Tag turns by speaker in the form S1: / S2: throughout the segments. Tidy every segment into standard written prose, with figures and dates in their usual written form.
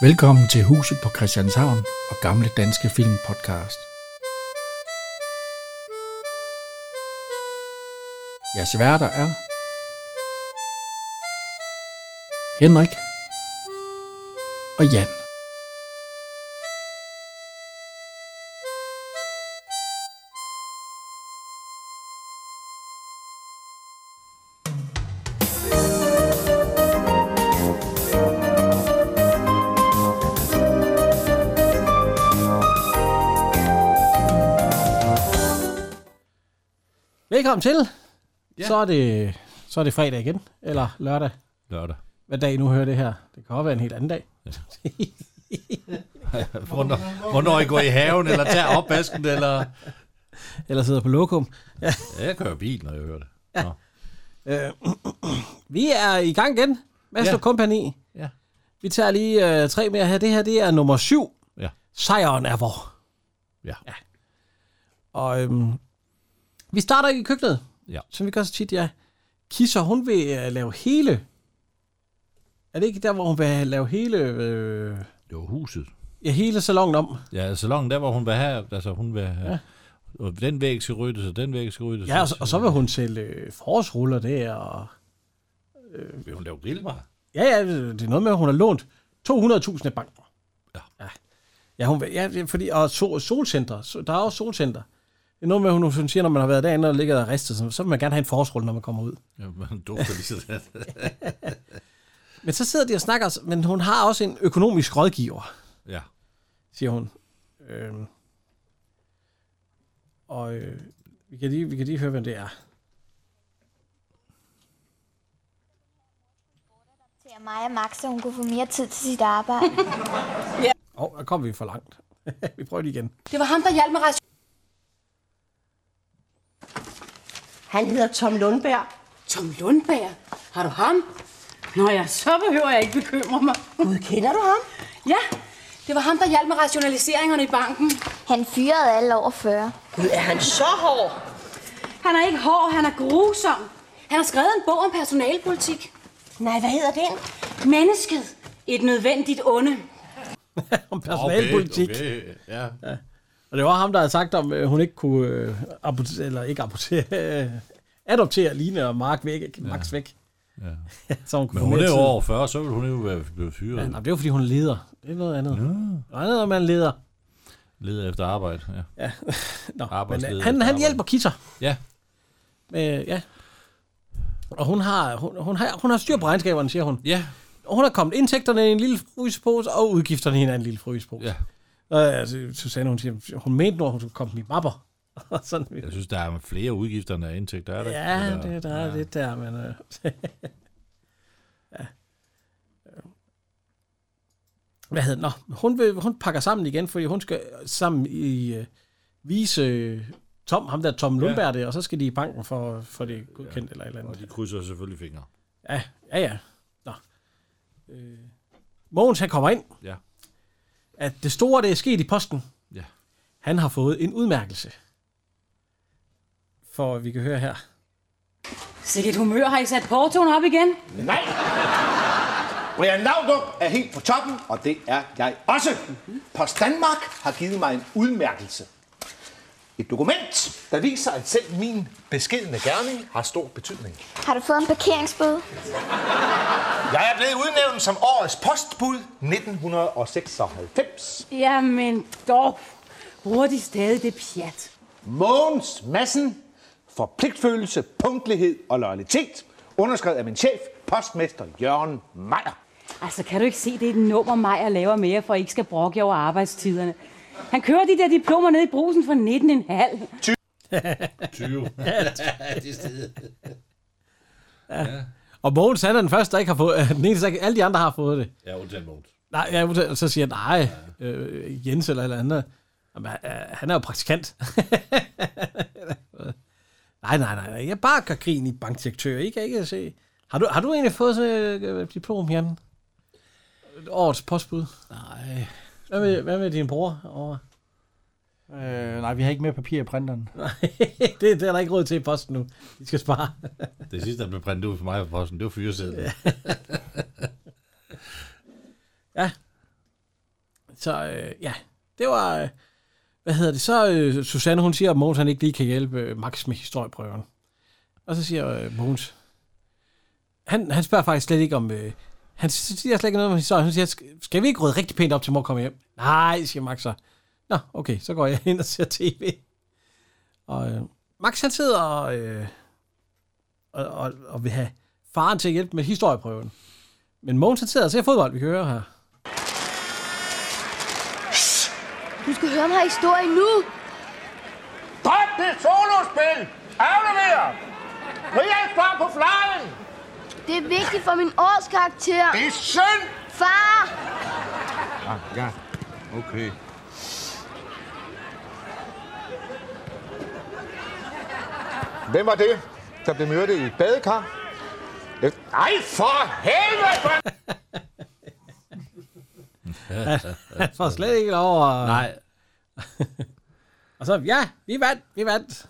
S1: Velkommen til Huset på Christianshavn og Gamle Danske Film Podcast. Jeres værter er Henrik og Jan. Velkommen til. Ja. Så er det fredag igen, eller lørdag.
S2: Lørdag.
S1: Hvad dag nu hører det her? Det kan også være en helt anden dag.
S2: Ja. Hvornår I går i haven, eller tager opvasken, eller
S1: sidder på lokum.
S2: Ja. Jeg kører bil, når jeg hører det.
S1: Ja. Vi er i gang igen. Master Kompagni.
S2: Ja.
S1: Vi tager lige 3 mere her. Det her, det er nummer 7.
S2: Ja.
S1: Sejren er vor.
S2: Ja.
S1: Og vi starter i køkkenet.
S2: Ja.
S1: Som vi gør så tit, ja. Kisser, hun vil lave hele... Er det ikke der, hvor hun vil lave hele...
S2: Det var huset.
S1: Ja, hele salongen om.
S2: Ja, salongen, der hvor hun vil have... Altså, hun vil have... Ja. Og den væg skal ryddes, og den væg skal ryddes.
S1: Ja, og så vil hun sælge forårsruller der, og...
S2: Vil hun lave grillbar?
S1: Ja, det er noget med, at hun har lånt 200.000 af banken.
S2: Ja.
S1: Ja, hun vil, fordi... Og solcenter. Der er også solcenter. Det er noget med, at hun siger, når man har været derinde og ligger der ristet, så vil man gerne have en forårsrulle, når man kommer ud.
S2: Ja, man dufter lige sådan.
S1: Men så sidder de og snakker, men hun har også en økonomisk rådgiver.
S2: Ja.
S1: Siger hun. Vi kan lige høre, hvem det er.
S3: Til mig og Max, så hun kunne få mere tid til sit arbejde.
S1: Ja. Der kom vi for langt. Vi prøver det igen.
S4: Det var ham, der hjalp med ration.
S5: Han hedder Tom Lundberg.
S4: Tom Lundberg? Har du ham? Nå ja, så behøver jeg ikke bekymre mig.
S5: Gud, kender du ham?
S4: Ja, det var ham, der hjalp med rationaliseringerne i banken.
S3: Han fyrede alle over 40.
S5: Gud, er han så hård?
S4: Han er ikke hård, han er grusom. Han har skrevet en bog om personalepolitik.
S5: Nej, hvad hedder den?
S4: Mennesket. Et nødvendigt onde.
S1: Om personalepolitik.
S2: Okay. Ja.
S1: Og det var ham, der havde sagt, om hun ikke kunne adoptere Line og Max væk.
S2: Ja.
S1: Så hun kunne
S2: Men hun er jo over 40, så vil hun jo være blevet fyret.
S1: Ja, det er jo, fordi hun er leder. Det er noget andet. Der er noget, man leder.
S2: Leder efter arbejde, ja.
S1: Nå,
S2: Arbejdsleder
S1: men han hjælper Kisser.
S2: Ja.
S1: Ja. Og hun har styr på regnskaberne, siger hun.
S2: Ja.
S1: Og hun har kommet indtægterne i en lille frysepose, og udgifterne i en lille frysepose.
S2: Ja.
S1: Og Susanne, hun siger, hun mente, når hun skulle komme i mapper. Sådan.
S2: Jeg synes, der er flere udgifter end indtægter, er det?
S1: Ja, der er lidt der, men... ja. Hvad hedder det? Hun pakker sammen igen, fordi hun skal sammen vise Tom Lundberg det, og så skal de i banken for det godkendt eller et eller andet.
S2: Og de krydser selvfølgelig fingre.
S1: Ja. Nå. Mogens, han kommer ind.
S2: Ja.
S1: At det store, det er sket i posten.
S2: Ja.
S1: Han har fået en udmærkelse. For vi kan høre her.
S4: Sikkert humør, har I sat portoen op igen?
S6: Nej! Brian Laudrup er helt på toppen, og det er jeg også. Post Danmark har givet mig en udmærkelse. Et dokument, der viser, at selv min beskedne gerning har stor betydning.
S3: Har du fået en parkeringsbøde?
S6: Jeg er blevet udnævnt som årets postbud 1996.
S4: Jamen dog, bruger de stadig det pjat?
S6: Mogens Madsen for pligtfølelse, punktlighed og loyalitet. Underskrevet af min chef, postmester Jørgen Meier.
S4: Altså, kan du ikke se, det er et nummer, Meier laver mere, for at I ikke skal brokke over arbejdstiderne? Han kører de der diplomer ned i brusen for 19,5.
S2: 20.
S1: Ja. Og Mogens, han er den første, der ikke har fået... Den eneste, alle de andre har fået det.
S2: Ja, undtagen Mogens.
S1: Nej, så siger han, Jens eller andet. Jamen, han er jo praktikant. Nej. Jeg bare gør grin i bankdirektør. Ikke se. Har du egentlig fået så diplom, Jan? Årets postbud?
S2: Nej.
S1: Hvad med din bror over?
S7: Nej, vi har ikke mere papir i printeren.
S1: Nej, det er der ikke råd til i posten nu. De skal spare.
S2: Det sidste, der blev printet ud for mig på posten, det var fyresedlen.
S1: Ja. ja, det var... hvad hedder det? Så Susanne, hun siger, at Mogens han ikke lige kan hjælpe Max med historieprøven. Og så siger Mogens... Han spørger faktisk slet ikke om... han siger slet ikke noget om historien. Han siger, skal vi ikke rydde rigtig pænt op til mor kommer hjem? Nej, siger Max så. Nå, okay, så går jeg ind og ser tv. Og Max han sidder og vil have faren til at hjælpe med historieprøven. Men Mogens han sidder og ser fodbold, vi kan høre her.
S3: Du skal høre mig historie nu.
S6: Drop det solospil! Aflever! Rian står på fløjen!
S3: Det er vigtigt for min årskarakter.
S6: Det er synd!
S3: Far!
S6: Ja, okay. Hvem var det, der blev myrdet i et badekar? Ej, for helvede!
S1: Han får slet ikke lov at...
S2: Nej.
S1: Og så, ja, vi vandt.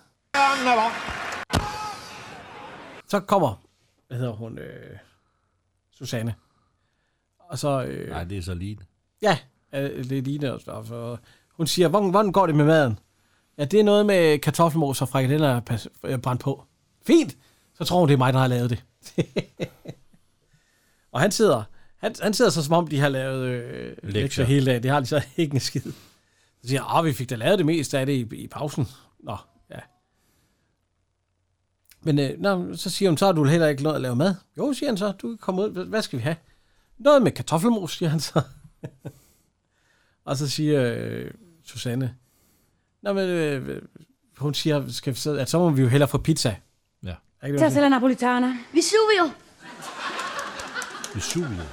S1: Så kommer, hvad hedder hun, Susanne. Og så...
S2: Nej, det er så Line.
S1: Ja, det er Line også. Så hun siger, hvordan går det med maden? Ja, det er noget med kartoffelmos og frikadeller brændt på. Fint! Så tror hun, det er mig, der har lavet det. Og han sidder så, som om de har lavet lektier hele dagen. Det har de så ikke en skid. Så siger jeg, vi fik da lavet det meste af det i pausen. Nå, ja. Men så siger hun, så har du heller ikke noget at lave mad. Jo, siger han så, du kan komme ud. Hvad skal vi have? Noget med kartoffelmos, siger han så. Og så siger Susanne, hun siger, at så må vi jo hellere få pizza.
S2: Ja.
S4: Tag selv napolitaner.
S3: Vesuvio.
S2: Vesuvio.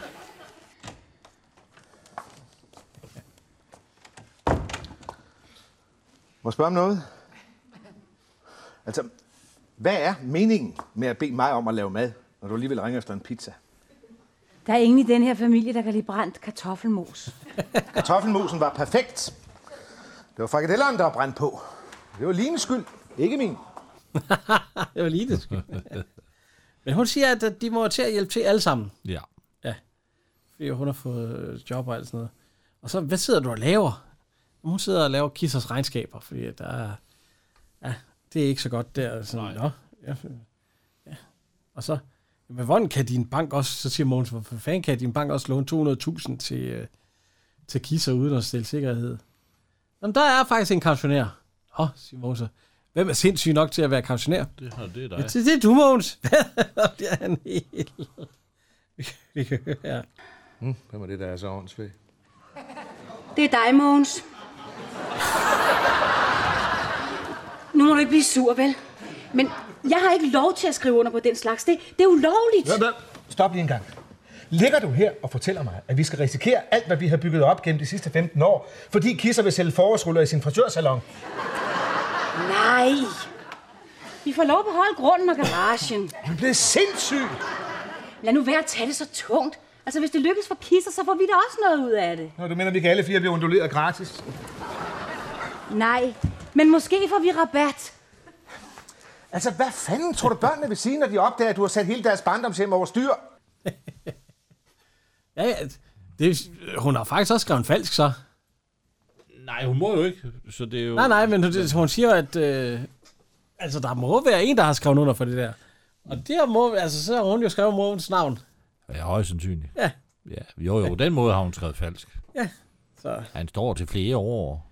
S6: Må jeg spørge om noget? Altså, hvad er meningen med at bede mig om at lave mad, når du alligevel ringer efter en pizza?
S4: Der er ingen i den her familie, der kan lide brændt kartoffelmos.
S6: Kartoffelmosen var perfekt. Det var frikadellerne, der var brændt på. Det var Lines skyld, ikke min.
S1: Det var Lines skyld. Men hun siger, at de må til at hjælpe til alle sammen.
S2: Ja.
S1: Ja. Fordi hun har fået job og alt sådan noget. Og så, hvad sidder du og laver? Hun sidder og laver Kissers regnskaber, fordi der er... Ja, det er ikke så godt der. Sådan, nå, ja. Og så... Men hvordan kan din bank også... Så siger Mogens, hvor fanden kan din bank også låne 200.000 til Kisser uden at stille sikkerhed? Jamen, der er faktisk en kautionær. Siger Mogens. Hvem er sindssyg nok til at være kautionær?
S2: Det er dig.
S1: Ja, det er du, Mogens. Det er han helt... Vi kan høre her.
S6: Hvem er det, der er så åndssvagt?
S4: Det er dig, Mogens. Nu må du ikke blive sur, vel? Men jeg har ikke lov til at skrive under på den slags. Det er ulovligt.
S6: Stop lige en gang. Ligger du her og fortæller mig, at vi skal risikere alt, hvad vi har bygget op gennem de sidste 15 år, fordi Kisser vil sælge forårsruller i sin frisørsalon?
S4: Nej. Vi får lov at beholde grunden og garagen.
S6: Du er blevet sindssyg.
S4: Lad nu være at tage det så tungt. Altså, hvis det lykkes for Kisser, så får vi da også noget ud af det.
S6: Nå, du mener, vi kan alle fire blive unduleret gratis?
S4: Nej, men måske får vi rabat.
S6: Altså, hvad fanden tror du børnene vil sige, når de opdager, at du har sat hele deres barndomshjem over styr?
S1: Ja, hun har faktisk også skrevet falsk, så.
S2: Nej, hun må jo ikke. Så det er jo...
S1: Nej, men hun siger, at altså, der må være en, der har skrevet under for det der. Og det må, altså, så har hun jo skrevet morens navn.
S2: Ja, højst sandsynligt.
S1: Ja.
S2: Ja, jo, den måde har hun skrevet falsk.
S1: Ja. Så.
S2: Han står til flere år.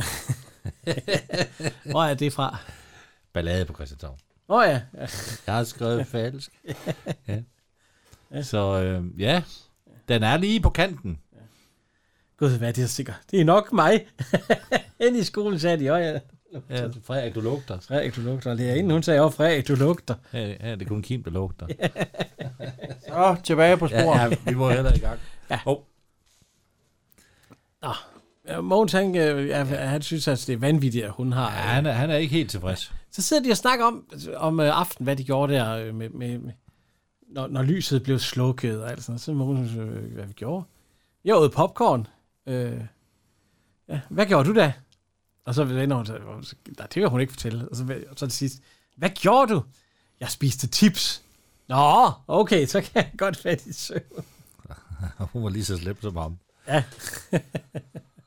S1: Hvor er det fra?
S2: Ballade på Christianshavn.
S1: Ja.
S2: Jeg har skrevet falsk. Ja. Så ja, den er lige på kanten.
S1: Gud, hvad er det, sikkert? Det er nok mig. Inde i skolen sagde de, ja.
S2: Frederik, du lugter.
S1: Frederik, du lugter. Lærerinden, hun sagde også, Frederik, du lugter.
S2: Ja, det er kun Kim, der lugter.
S7: Så, tilbage på sporet.
S2: Ja, vi må heller i gang.
S1: Ja. Mogens, han synes, at det er vanvittigt, at hun har...
S2: Ja, han er ikke helt tilfreds.
S1: Så sidder de og snakker om aften, hvad de gjorde der, når lyset blev slukket og alt sådan noget. Så Mogens, hvad vi gjorde? Jeg åd popcorn. Ja, hvad gjorde du da? Og så vender hun, nej, det vil hun ikke fortælle. Og så til sidst, hvad gjorde du? Jeg spiste chips. Nå, okay, så kan jeg godt fatte i søvn.
S2: Hun var lige så slemt som ham.
S1: Ja.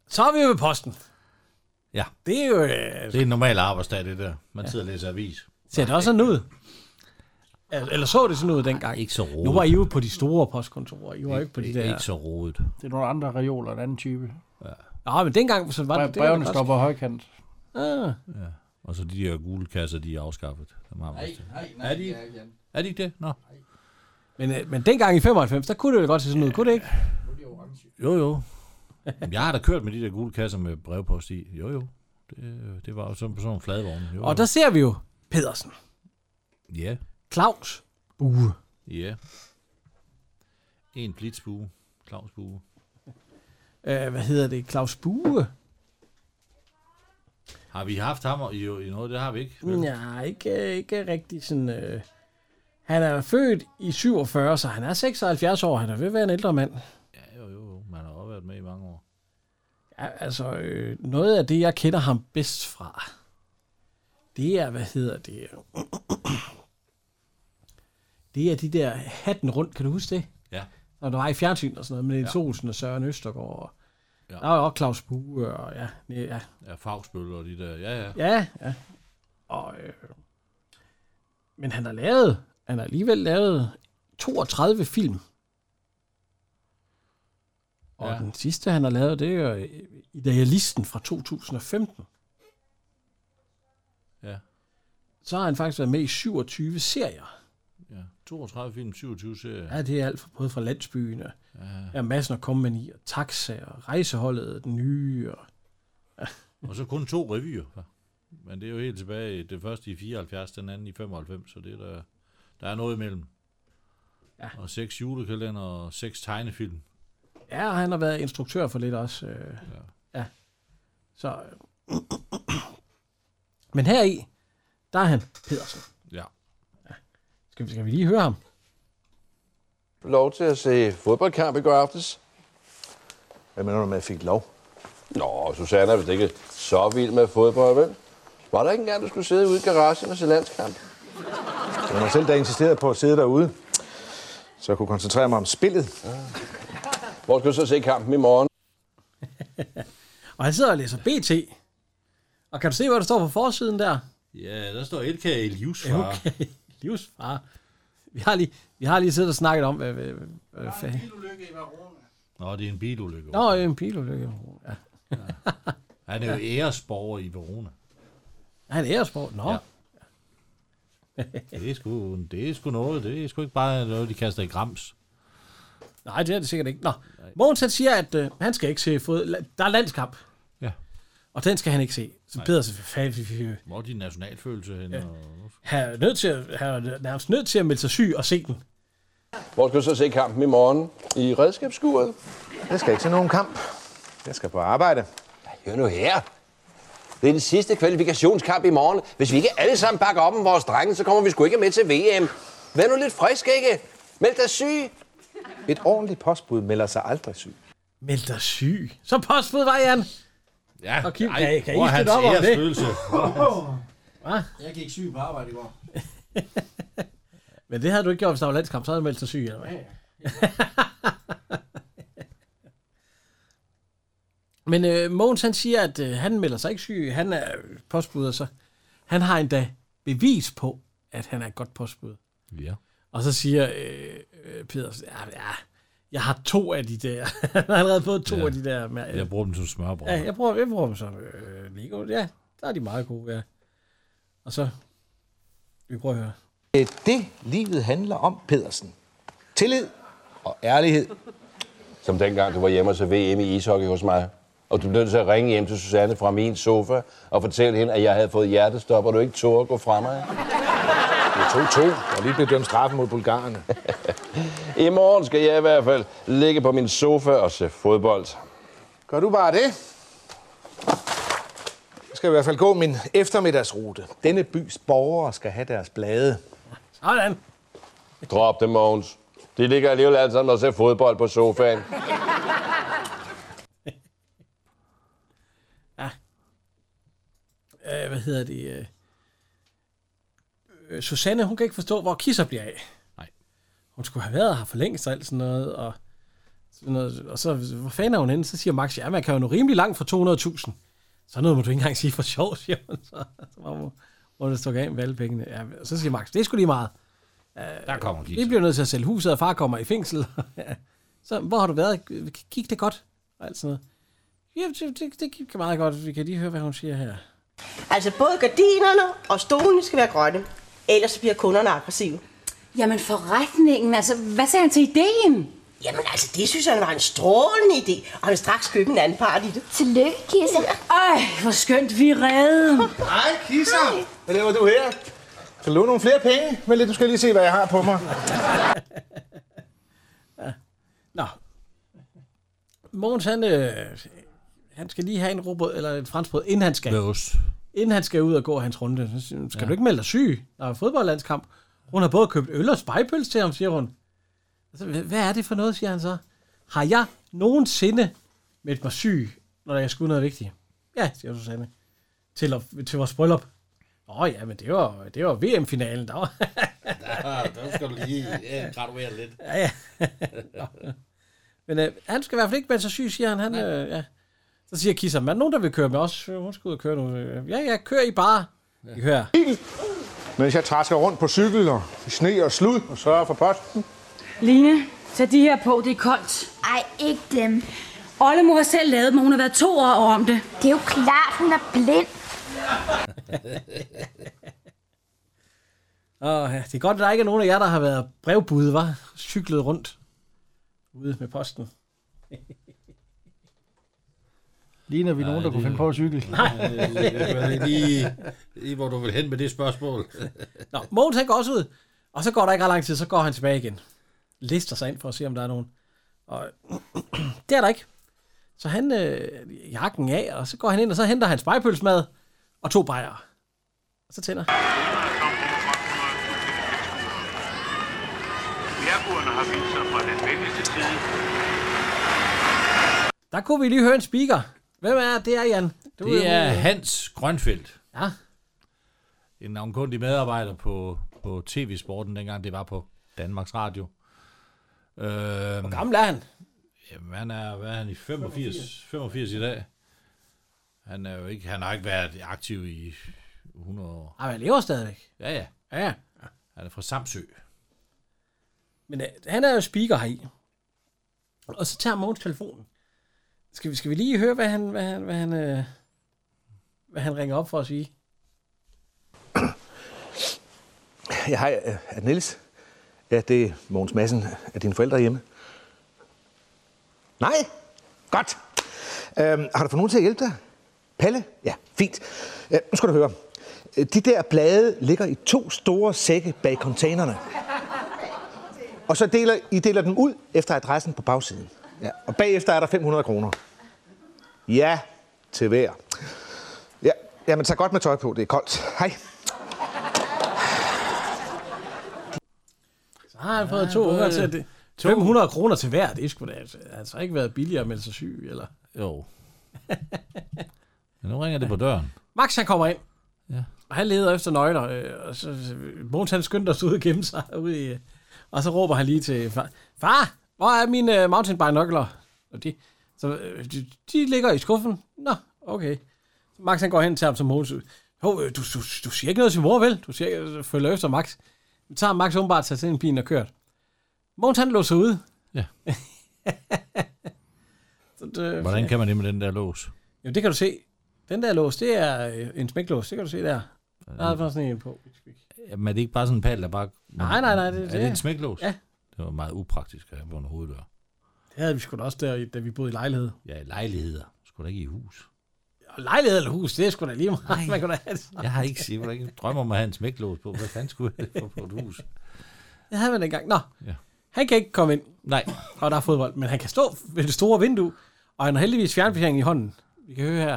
S1: Så er vi jo ved posten.
S2: Ja.
S1: Det er jo...
S2: Det er en normal arbejdsdag, det der. Man sidder og læser avis.
S1: Ser det også sådan ud? Eller så det sådan ud dengang?
S2: Ikke så rodet.
S1: Nu var I jo på de store postkontorer. I var ikke på de der...
S2: Ikke så rodet.
S7: Det er nogle andre reoler, en anden type.
S1: Ja, men dengang så var det...
S7: Brevene står på højkant.
S1: Ja.
S2: Og så de der gule kasser, de er afskaffet.
S7: Nej,
S2: er de? Er de ikke det? Nå.
S1: Men dengang i 95, der kunne det jo godt se sådan ud, kunne det ikke?
S2: Jo. Jeg har da kørt med de der gule kasser med brevpost i. Jo. Det var jo sådan en fladvogn.
S1: Og der ser vi jo Pedersen.
S2: Ja.
S1: Claus Bue.
S2: Ja. En blitzbue. Claus Bue.
S1: Hvad hedder det? Claus Bue?
S2: Har vi haft ham i noget? Det har vi ikke.
S1: Nej, ikke rigtig sådan... Han er født i 47, så han er 76 år. Han er ved at være en ældre mand.
S2: Ja, jo. Man har også været med i mange år.
S1: Ja, altså, noget af det, jeg kender ham bedst fra, det er, det er de der hatten rundt, kan du huske det?
S2: Ja.
S1: Når der var i fjernsyn og sådan noget, med Niels Olsen og Søren Østergaard. Og der var også Claus Bue, og ja.
S2: Ja, Fagsbøl og de der, ja.
S1: Ja. Og, men han har alligevel lavet 32 film. Og den sidste, han har lavet, det er jo Idealisten fra 2015.
S2: Ja.
S1: Så har han faktisk været med i 27 serier.
S2: Ja, 32 film, 27 serier.
S1: Ja, det er alt fra, både fra Landsbyen og Madsen og Company og Taxa og Rejseholdet, den nye.
S2: Og så kun 2 revyer. Men det er jo helt tilbage. Det første i 74, den anden i 95, så det er der er noget imellem.
S1: Ja.
S2: Og 6 julekalender og 6 tegnefilm.
S1: Ja, og han har været instruktør for lidt også. Ja. Så... Men heri, der er han Pedersen.
S2: Ja.
S1: Skal vi lige høre ham?
S8: Lov til at se fodboldkamp i går aftes.
S6: Hvad mener du med, at jeg fik lov?
S8: Nå, Susanne er vist ikke så vild med fodbold, vel? Var der ikke engang, du skulle sidde ude i garagen og se landskamp?
S6: Det var mig selv, der insisterede på at sidde derude, så jeg kunne koncentrere mig om spillet.
S8: Hvor skal du så se kampen i morgen?
S1: Og han sidder og læser BT. Og kan du se, hvad der står på forsiden der?
S2: Ja, der står Elka livsfar.
S1: Okay, livsfar. Vi har lige siddet og snakket om, hvad fanden.
S7: Bilulykke i Verona.
S2: Nå, det er en bilulykke.
S1: Nå, en bilulykke. Ja.
S2: Han er jo æresborger i Verona.
S1: Han er æresborger? Nå. Ja.
S2: Det er sgu noget. Det er sgu ikke bare noget, de kaster i grams.
S1: Nej, det er det sikkert ikke. Nå, Mogens siger, at han skal ikke se fodbold. Der er landskamp.
S2: Ja.
S1: Og den skal han ikke se. Så Pedersen...
S2: Hvor er din nationalfølelse hen?
S1: Ja. Han er nærmest nødt til at melde sig syg og se den.
S8: Hvor skal du så se kampen i morgen? I redskabsskuret?
S6: Jeg skal ikke se nogen kamp. Jeg skal på arbejde.
S8: Hør nu her. Det er den sidste kvalifikationskamp i morgen. Hvis vi ikke alle sammen bakker op om vores drenge, så kommer vi sgu ikke med til VM. Vær nu lidt frisk, ikke? Meld dig syg.
S6: Et ordentligt postbud melder sig aldrig syg.
S1: Meld dig syg? Så postbud var Jan.
S2: Ja,
S1: og Kim, kan I
S2: støtte
S1: op om det?
S7: Hvad? Jeg gik syg på arbejde i går.
S1: Men det havde du ikke gjort, hvis der var landskamp, så havde du meldt sig syg, eller hvad? Men Mogens, han siger, at han melder sig ikke syg. Han er postbud, så han har endda bevis på, at han er et godt postbud.
S2: Ja.
S1: Og så siger Pedersen, jeg har 2 af de der. Han har allerede fået 2 af de der.
S2: Jeg bruger dem som smørbrød.
S1: Ja, jeg bruger dem som Lego. Ja, der er de meget gode, ja. Og så, vi prøver at høre.
S6: Det livet handler om, Pedersen. Tillid og ærlighed.
S8: Som dengang du var hjemme og så VM i ishockey hos mig. Og du blev nødt til at ringe hjem til Susanne fra min sofa og fortælle hende, at jeg havde fået hjertestop, og du ikke tog at gå fra mig.
S6: Det er 2-2. Jeg er lige blevet dømt straffen mod bulgarerne.
S8: I morgen skal jeg i hvert fald ligge på min sofa og se fodbold.
S6: Gør du bare det? Jeg skal i hvert fald gå min eftermiddagsrute. Denne bys borgere skal have deres blade.
S1: Sådan.
S8: Drop det, Mogens. De ligger alligevel alle sammen og ser fodbold på sofaen.
S1: Hvad hedder det? Susanne, hun kan ikke forstå, hvor Kisser bliver af.
S2: Nej.
S1: Hun skulle have været her for længst og alt sådan noget. Og Og så, hvor fanden er hun henne? Så siger Max, ja, man kan jo nå rimelig langt for 200.000. Så noget må du ikke engang sige for sjov, siger hun. Så må det stå af med alle pengene. Ja, så siger Max, det er sgu lige meget.
S2: Der kommer Kisser.
S1: Vi bliver nødt til at sælge huset, og far kommer i fængsel. Så hvor har du været? Gik det godt? Og alt sådan noget. Ja, det gik meget godt. Vi kan lige høre, hvad hun siger her.
S5: Altså, både gardinerne og stolene skal være grønne. Ellers bliver kunderne aggressive.
S4: Jamen forretningen, altså, hvad sagde han til ideen?
S5: Jamen altså, det synes han var en strålende idé. Og han vil straks købe en anden part i det.
S3: Tillykke, Kisser.
S4: Ej, hvor skønt vi redde.
S6: Hej, Kisser. Hvad laver du her? Skal du låne nogle flere penge? Vel lidt, du skal lige se, hvad jeg har på mig.
S1: Nå. Mogens, han skal lige have en råbrød, eller et franskbrød, inden han skal. Inden han skal ud og gå hans runde. Så siger, skal du ikke melde dig syg? Der er fodboldlandskamp. Hun har både købt øl og spejpøls til ham, siger hun. Altså, hvad er det for noget, siger han så? Har jeg nogensinde meldt mig syg, når jeg skulle noget vigtigt? Ja, siger Susanne. Til vores bryllup. Ja, men det var VM-finalen, der var.
S2: Der skal du lige graduere lidt.
S1: Ja. Men han skal i hvert fald ikke melde sig syg, siger han. Ja. Så siger Kisser, men nogen, der vil køre med os? Hun skal ud og køre nu. Ja, kør I bare. I hører.
S6: Mens jeg træsker rundt på cykel og i sne og slud og sørger for posten.
S4: Line, tag de her på, det er koldt.
S3: Ej, ikke dem.
S4: Oldemor har selv lavet dem, og hun har været 2 år om det.
S3: Det er jo klart, hun er blind.
S1: Det er godt, at der ikke er nogen af jer, der har været brevbud, var cyklet rundt ude med posten.
S7: Ligner vi nogen, der kunne finde på at cykle?
S1: Nej.
S2: Lige hvor du vil hen med det spørgsmål.
S1: Nå, Mogens han går også ud, og så går der ikke ret lang tid, så går han tilbage igen. Lister sig ind for at se, om der er nogen. Og det er der ikke. Så han jakken af, og så går han ind, og så henter han spejpølsmad og 2 bajere. Og så tænder.
S9: Vejrburene har vist sig fra den venligste side.
S1: Der kunne vi lige høre en speaker. Hvem er det, er Jan?
S2: Det er Hans Grønfeldt.
S1: Ja.
S2: En navnkundig medarbejder på TV-sporten, dengang det var på Danmarks Radio.
S1: Hvor gammel er han?
S2: Jamen, hvad er han i 85 i dag. Han har ikke været aktiv i 100 år.
S1: Han lever stadigvæk.
S2: Ja.
S1: Han
S2: er fra Samsø.
S1: Men han er jo speaker heri. Og så tager Mogens telefonen. Skal vi lige høre, hvad han ringer op for at sige?
S6: Ja, hej, er det Niels? Ja, det er Mogens Madsen. Er dine forældre hjemme? Nej? Godt. Har du fået nogen til at hjælpe dig? Palle? Ja, fint. Nu skal du høre. De der blade ligger i 2 store sække bag containerne. Og så deler dem ud efter adressen på bagsiden. Ja, og bagefter er der 500 kroner. Ja, til hver. Ja, jamen tag godt med tøj på, det er koldt. Hej.
S1: Så har han fået 2 unger til det. 500 kroner til hver, det skulle da altså ikke været billigere at melde sig syg, eller?
S2: Jo. Men nu ringer det på døren.
S1: Max, han kommer ind.
S2: Ja.
S1: Og han leder efter nøgler, og så Mogens, han skyndte os ud og gemme sig ude i, og så råber han lige til far, hvor er mine mountainbike-nøgler? Og de ligger i skuffen. Nå, okay. Så Max, han går hen til ham som Mogens. Du siger ikke noget til mor, vel? Du siger, følger efter Max. Så tager Max åbenbart sig til en bil og kørt. Mogens, han låser ud.
S2: Ja. Hvordan kan man det med den der lås?
S1: Jo, det kan du se. Den der lås, det er en smæklås. Det kan du se der. Der er sådan en på.
S2: Jamen, er det ikke bare sådan en pal, der bare...
S1: Nej.
S2: Er det en smæklås?
S1: Ja.
S2: Det var meget upraktisk at have på en hoveddør.
S1: Det havde vi sgu da også der, da vi boede i lejlighed.
S2: Ja, i lejligheder. Skulle da ikke i hus.
S1: Og lejlighed eller hus, det er sgu da lige meget. Man kunne da have det.
S2: Jeg har ikke drømmer om at have en smæklås på. Hvad fanden skulle jeg få på et hus?
S1: Det havde man engang. Nå,
S2: ja.
S1: Han kan ikke komme ind.
S2: Nej.
S1: Og der er fodbold. Men han kan stå ved det store vindue, og han har heldigvis fjernbetjening i hånden. Vi kan høre her.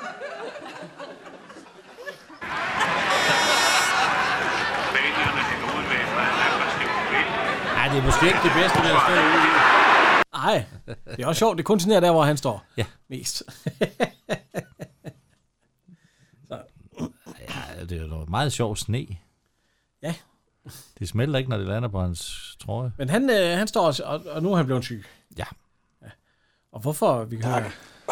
S2: Nej, det er måske ikke det bedste, der står ude.
S1: Nej, det er også sjovt. Det er kun sådan her, der hvor han står.
S2: Ja.
S1: Mest.
S2: Ja, det er jo meget sjov sne.
S1: Ja.
S2: Det smelter ikke, når det lander på hans trøje.
S1: Men han står også, og nu er han blevet syg.
S2: Ja.
S1: Og hvorfor vi kan høre...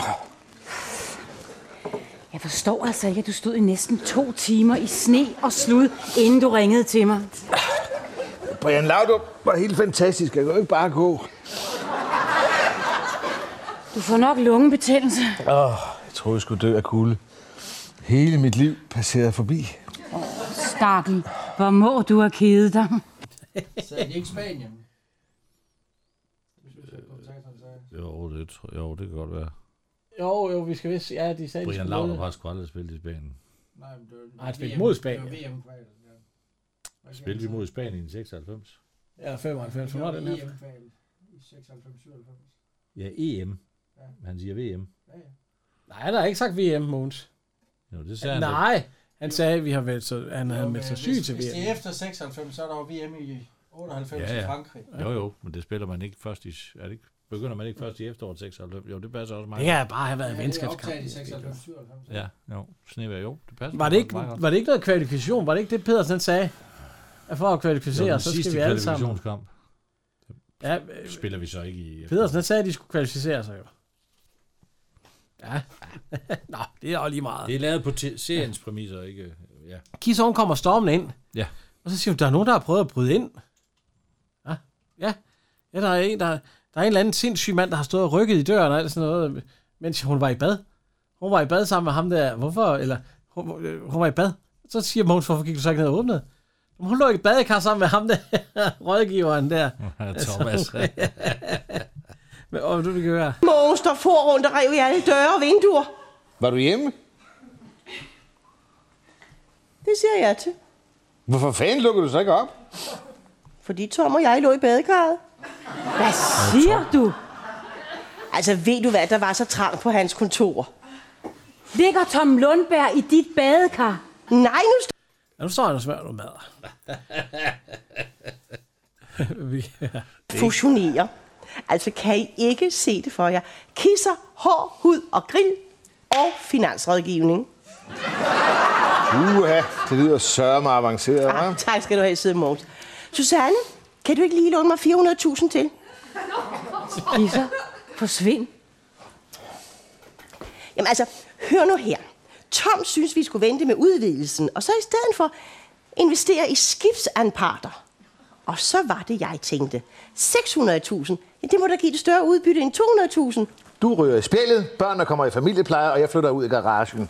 S4: Jeg forstår altså ikke, at du stod i næsten 2 timer i sne og slud, inden du ringede til mig.
S6: Brian Laudrup var helt fantastisk. Jeg kan jo ikke bare gå.
S4: Du får nok lungebetændelse.
S6: Jeg troede, jeg skulle dø af kulde. Hele mit liv passerede forbi.
S4: Stakkel, hvor må du have kedet dig?
S7: Sagde de ikke Spanien?
S2: Jo, det kan godt være.
S1: Jo, vi skal vist... Ja, de sagde...
S2: Brian Laudrup har sgu aldrig spillet i Spanien.
S7: Nej, men det var...
S1: Han spillede mod Spanien.
S7: Det var VM-kval.
S2: Spillede vi mod Spanien i 96?
S1: Ja, 95. Hvornår den her?
S7: EM-kval i 96-97.
S2: Ja, EM. Han siger VM.
S1: Nej, han har ikke sagt VM, Måns.
S2: Jo, det sagde han.
S1: Nej, han sagde, at han havde meldt sig syg til VM.
S7: Hvis det er efter 96, så er der jo VM i 98 i Frankrig.
S2: Jo, men det spiller man ikke først i... Begynder man ikke først i efteråret 96? Jo, det passer også meget.
S1: Det kan bare have været en venskabskamp.
S7: Det er optaget i 96-97.
S2: Ja, jo. Snevær, jo. Det passer.
S1: Var det ikke noget kvalifikation? Var det ikke det, Pedersen sagde? At for at kvalificere, så skal vi alle sammen... Ja,
S2: spiller vi så ikke i...
S1: Pedersen sagde, at de skulle kvalificere sig jo. Ja. Nå, det er jo lige meget.
S2: Det er lavet på seriens præmisser, ikke? Ja.
S1: Kisser, hun kommer stormen ind.
S2: Ja.
S1: Og så siger hun, der er nogen, der har prøvet at bryde ind. Ja, der er en eller anden sindssyg mand, der har stået og rykket i døren og alt sådan noget, mens hun var i bad. Hun var i bad sammen med ham der. Hvorfor? Eller, hun var i bad. Så siger Mogens, hvorfor gik du så ikke ned og åbnede? Hun lå i badekar sammen med ham der, rådgiveren der.
S2: Thomas.
S1: Men du kan høre.
S5: Mogens, der for rundt og rev i alle døre og vinduer.
S6: Var du hjemme?
S5: Det siger jeg til.
S6: Hvorfor fanden lukker du så ikke op?
S5: Fordi Tom og jeg lå i badekarret.
S4: Hvad siger du?
S5: Altså, ved du hvad, der var så trangt på hans kontor?
S4: Ligger Tom Lundberg i dit badekar?
S5: Nej,
S1: nu står han og smører noget mad.
S5: Fusionerer. Altså, kan I ikke se det for jer? Kisser, hår, hud og grill og finansrådgivning.
S6: Det lyder sørme avanceret, hva'?
S5: Tak skal du have, Side Mogens. Susanne, kan du ikke lige låne mig 400.000 til?
S4: Kisser, forsvind.
S5: Jamen altså, hør nu her. Tom synes, vi skulle vente med udvidelsen, og så i stedet for investere i skibsanparter. Og så var det, jeg tænkte. 600.000, ja, det må da give det større udbytte end 200.000.
S6: Du ryger i spjældet, børnene kommer i familiepleje, og jeg flytter ud i garagen.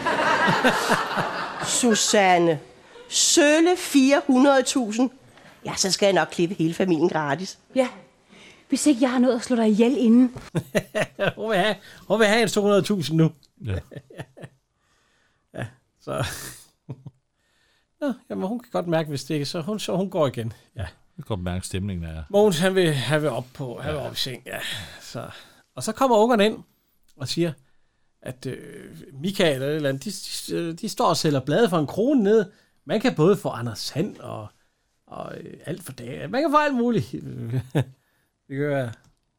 S5: Susanne, sølle 400.000. Ja, så skal jeg nok klippe hele familien gratis.
S4: Ja, hvis ikke jeg har noget at slå dig ihjel inden.
S1: Hun vil have en 200.000 nu.
S2: Ja.
S1: Ja, så... Nå, jamen, hun kan godt mærke, hvis det ikke, så hun går igen. Ja.
S2: Jeg kan godt mærke stemningen af.
S1: Mogens, han vil op i seng, ja. Så. Og så kommer ungerne ind og siger, at Michael eller andet, de står og sælger blade for 1 krone ned. Man kan både få Anders Sand og alt for dag. Man kan få alt muligt. Det gør jeg.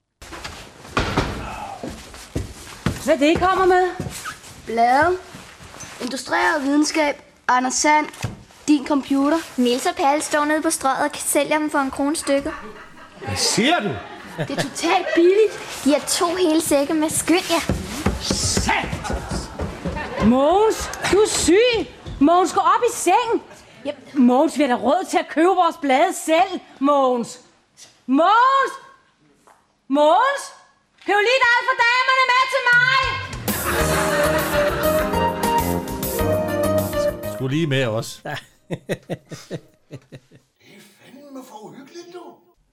S4: Hvad det kommer med?
S10: Blade, industrieret videnskab, Anders Sand, din computer.
S3: Niels og Palle står nede på strøget og sælger dem for 1 krone stykket.
S6: Hvad siger du?
S3: Det er totalt billigt. De har 2 hele sække med skynd, ja.
S4: Mogens, du er syg. Mogens, gå op i seng. Ja, Mogens, vi har da råd til at købe vores blade selv, Mogens. Mogens! Mogens! Køb lige et alt for damerne med til mig!
S2: Skulle lige med os.
S6: Det er fandme for uhyggeligt, du.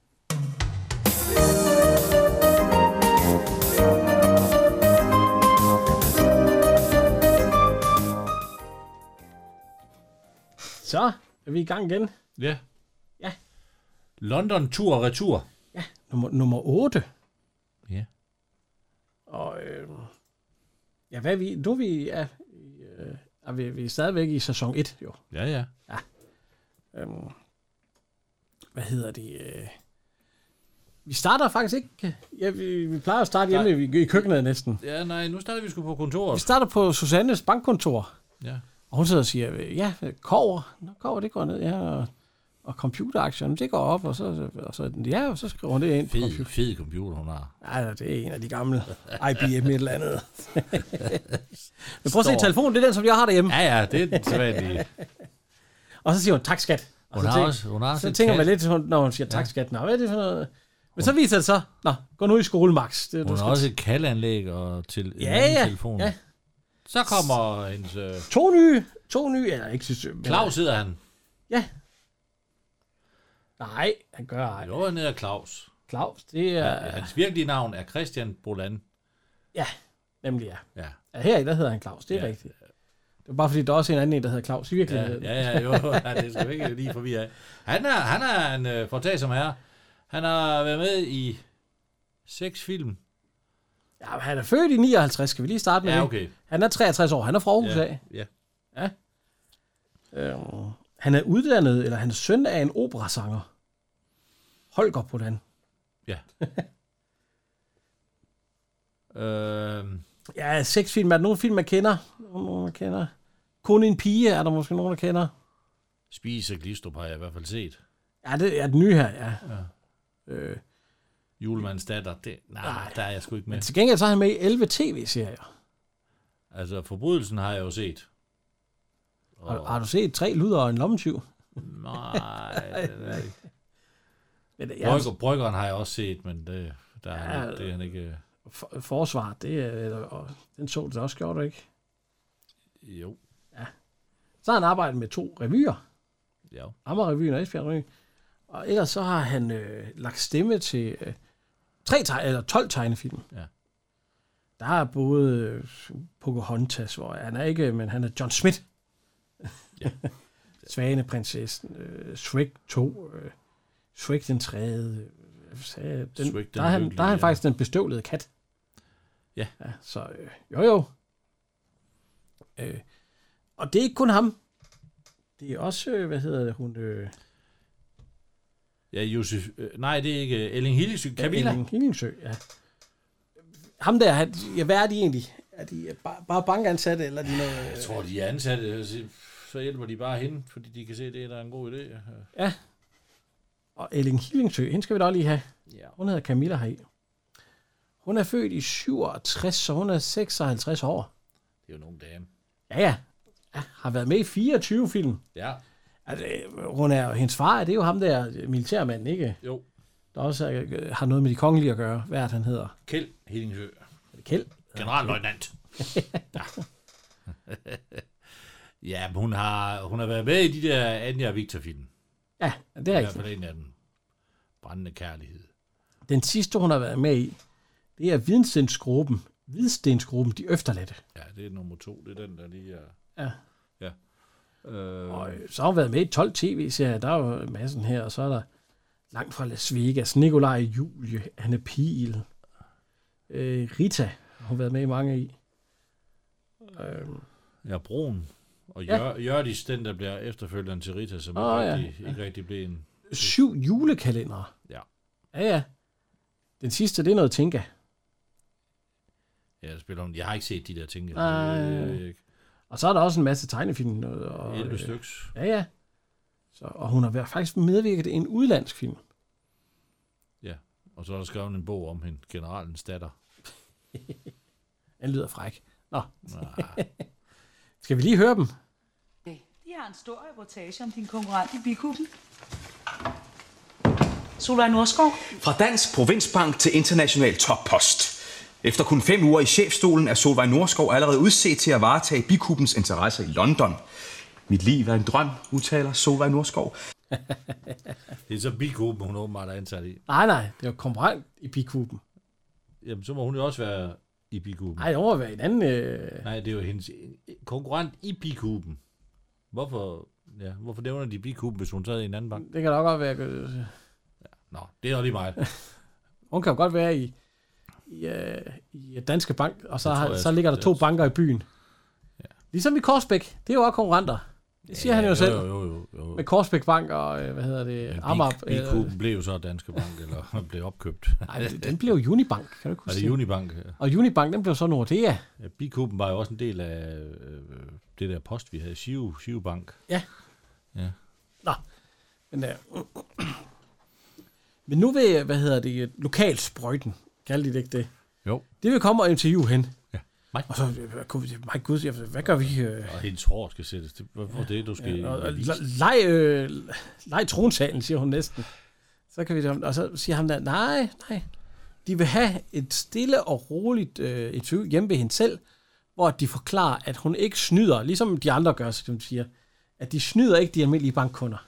S1: Så er vi i gang igen.
S2: Ja.
S1: Ja.
S2: London tur og retur.
S1: Ja, nummer 8.
S2: Ja.
S1: Og ja, hvad er vi? Nu er vi... vi er stadigvæk i sæson 1, jo.
S2: Ja.
S1: Hvad hedder det? Vi starter faktisk ikke... Ja, vi plejer at starte hjemme i køkkenet næsten.
S2: Ja, nej, nu starter vi sgu på kontoret.
S1: Vi starter på Susannes bankkontor.
S2: Ja.
S1: Og hun sidder og siger, ja, kover, det går ned, ja. Og computeraktierne, det går op, og så skriver hun det ind på computer.
S2: Fed computer, hun har.
S1: Ja, det er en af de gamle IBM et eller andet. Men prøv at se, telefonen, det er den, som jeg har derhjemme.
S2: Ja, det er den sædvanlige.
S1: Og så siger hun, tak skat. Og så tænker man lidt, når hun siger, tak skat. Nå, hvad er det for noget? Men så viser det så, gå nu i skole, Max.
S2: Hun har også et kaldanlæg og til en anden telefon. Ja. Så kommer hendes...
S1: To nye, eller ikke synes...
S2: Claus hedder han.
S1: Ja. Nej, han gør ej.
S2: Jo, han hedder Claus.
S1: Claus, det er...
S2: Ja, hans virkelige navn er Christian Bolan.
S1: Ja, nemlig ja. Her der hedder han Claus, det er rigtigt. Det er bare fordi, der er også en anden, der hedder Claus i virkeligheden.
S2: Det skal vi ikke lige forvirre af. Han er en foretagsom herre. Han har været med i 6 film.
S1: Ja, men han er født i 59, skal vi lige starte med det?
S2: Okay.
S1: Han er 63 år, han er fra Aarhus af.
S2: Ja.
S1: Han er uddannet, eller han er søn af en operasanger. Holger Bolan.
S2: Ja.
S1: 6 film. Er der nogle film, man kender? Nogen, man kender? Kun en pige, er der måske nogen, der kender?
S2: Spise og Glistrup har jeg i hvert fald set.
S1: Ja, det er den nye her, ja.
S2: Julemandens datter, der er jeg sgu ikke med.
S1: Men til gengæld så er han med i 11 tv-serier.
S2: Altså, Forbrydelsen har jeg jo set.
S1: Har du set 3 luder og en lommetyv?
S2: Nej, det er ikke. Bryggeren har jeg også set, men det er han ikke...
S1: Forsvar, den så det også, gjorde du ikke?
S2: Jo.
S1: Ja. Så har han arbejdet med 2 revyer.
S2: Ja.
S1: Amager-revyen og Esbjerg-revyen. Og ellers så har han lagt stemme til 12 tegnefilm.
S2: Ja.
S1: Der er både Pocahontas, hvor han er ikke, men han er John Smith.
S2: Ja.
S1: Svaneprinsessen, Shrek 2, Shrek den 3. Der er han faktisk den bestøvlede kat.
S2: Ja.
S1: Så jo. Og det er ikke kun ham. Det er også, hvad hedder det, hun...
S2: Ja, Josef... nej, det er ikke Elling Hillingsø. Camilla.
S1: Elling Hillingsø, ja. Ham der, hvad er de egentlig? Er de bare bankansatte, eller er de noget...
S2: Jeg tror, de er ansatte. Så hjælper de bare hende, fordi de kan se, at det er en god idé.
S1: Ja. Og Elling Hillingsø, hende skal vi da lige have.
S2: Ja.
S1: Hun hedder Camilla heri. Hun er født i 67, så hun er 56 år.
S2: Det er jo nogle dame.
S1: Ja. Har været med i 24 film.
S2: Ja.
S1: Altså, hendes far, det er jo ham der, militærmanden, ikke?
S2: Jo.
S1: Der også har noget med de kongelige at gøre. Hvad er det, han hedder?
S2: Kjeld Hillingsø.
S1: Kjeld?
S2: Generalløjtnant. Ja, hun har været med i de der Anja og Victor-film.
S1: Ja, det er rigtigt.
S2: I hvert fald en af dem. Brændende kærlighed.
S1: Den sidste, hun har været med i, det er Hvidstensgruppen, De Efterladte.
S2: Ja, det er nummer 2. Det er den, der lige er...
S1: Ja. Og så har hun været med i 12 tv-serier. Der er jo massen her, og så er der Langt fra Las Vegas, Nikolaj Julie, Anne Pihl, Rita har hun været med i mange i.
S2: Ja, Broen. Og Hjørdis, den der bliver efterfølgeren til Rita, som ikke rigtig blev en...
S1: 7 julekalendere.
S2: Ja.
S1: Ja. Den sidste, det er noget Tinka.
S2: Ja, det spiller hun. Jeg har ikke set de der Tinka.
S1: Og så er der også en masse tegnefilm.
S2: 11 styks.
S1: Ja. Og hun har faktisk medvirket i en udlandsk film.
S2: Ja, og så er der skrevet en bog om hende, Generalens datter.
S1: Den lyder fræk. Nå. Skal vi lige høre dem?
S11: De har en stor reportage om din konkurrent i Bikuben. Solvej Nordskov.
S12: Fra Dansk Provinsbank til international toppost. Efter kun 5 uger i chefstolen er Solvej Nordskov allerede udset til at varetage Bikubens interesser i London. Mit liv er en drøm, udtaler Solvej Nordskov.
S2: Det er så Bikuben, hun åbenbart er ansat i.
S1: Nej, det er jo konkurrent i Bikuben.
S2: Jamen, så må hun jo også være i Bikuben.
S1: Nej, det må være en anden...
S2: Nej, det er jo hendes konkurrent i Bikuben. Hvorfor nævner de Bikuben, hvis hun tager i en anden bank?
S1: Det kan da godt være...
S2: Nå, det er jo lige meget.
S1: Hun kan jo godt være i Danske Bank, og så ligger der 2 banker i byen. Ja. Ligesom i Korsbæk. Det er jo også konkurrenter. Det siger han jo selv.
S2: Jo.
S1: Med Korsbæk Bank og, Amager.
S2: Bikuben blev jo så Danske Bank, eller blev opkøbt.
S1: Nej, den blev Unibank, kan du ikke huske
S2: det? Unibank, ja.
S1: Og Unibank, den blev så Nordea.
S2: Ja, Bikuben var jo også en del af det der post, vi havde. Shiv Bank.
S1: Ja. Nå. Men nu vil, lokalsprøjten, kalder de det ikke det?
S2: Jo.
S1: Det vil komme og interviewe hende.
S2: Ja. Mig.
S1: Og så, my gud, hvad gør vi?
S2: Og hendes hår skal sættes. Hvorfor det, du skal...
S1: Leg tronsalen, siger hun næsten. Så kan vi det, og så siger han der, nej. De vil have et stille og roligt interview hjemme ved hende selv, hvor de forklarer, at hun ikke snyder, ligesom de andre gør, som de siger, at de snyder ikke de almindelige bankkunder.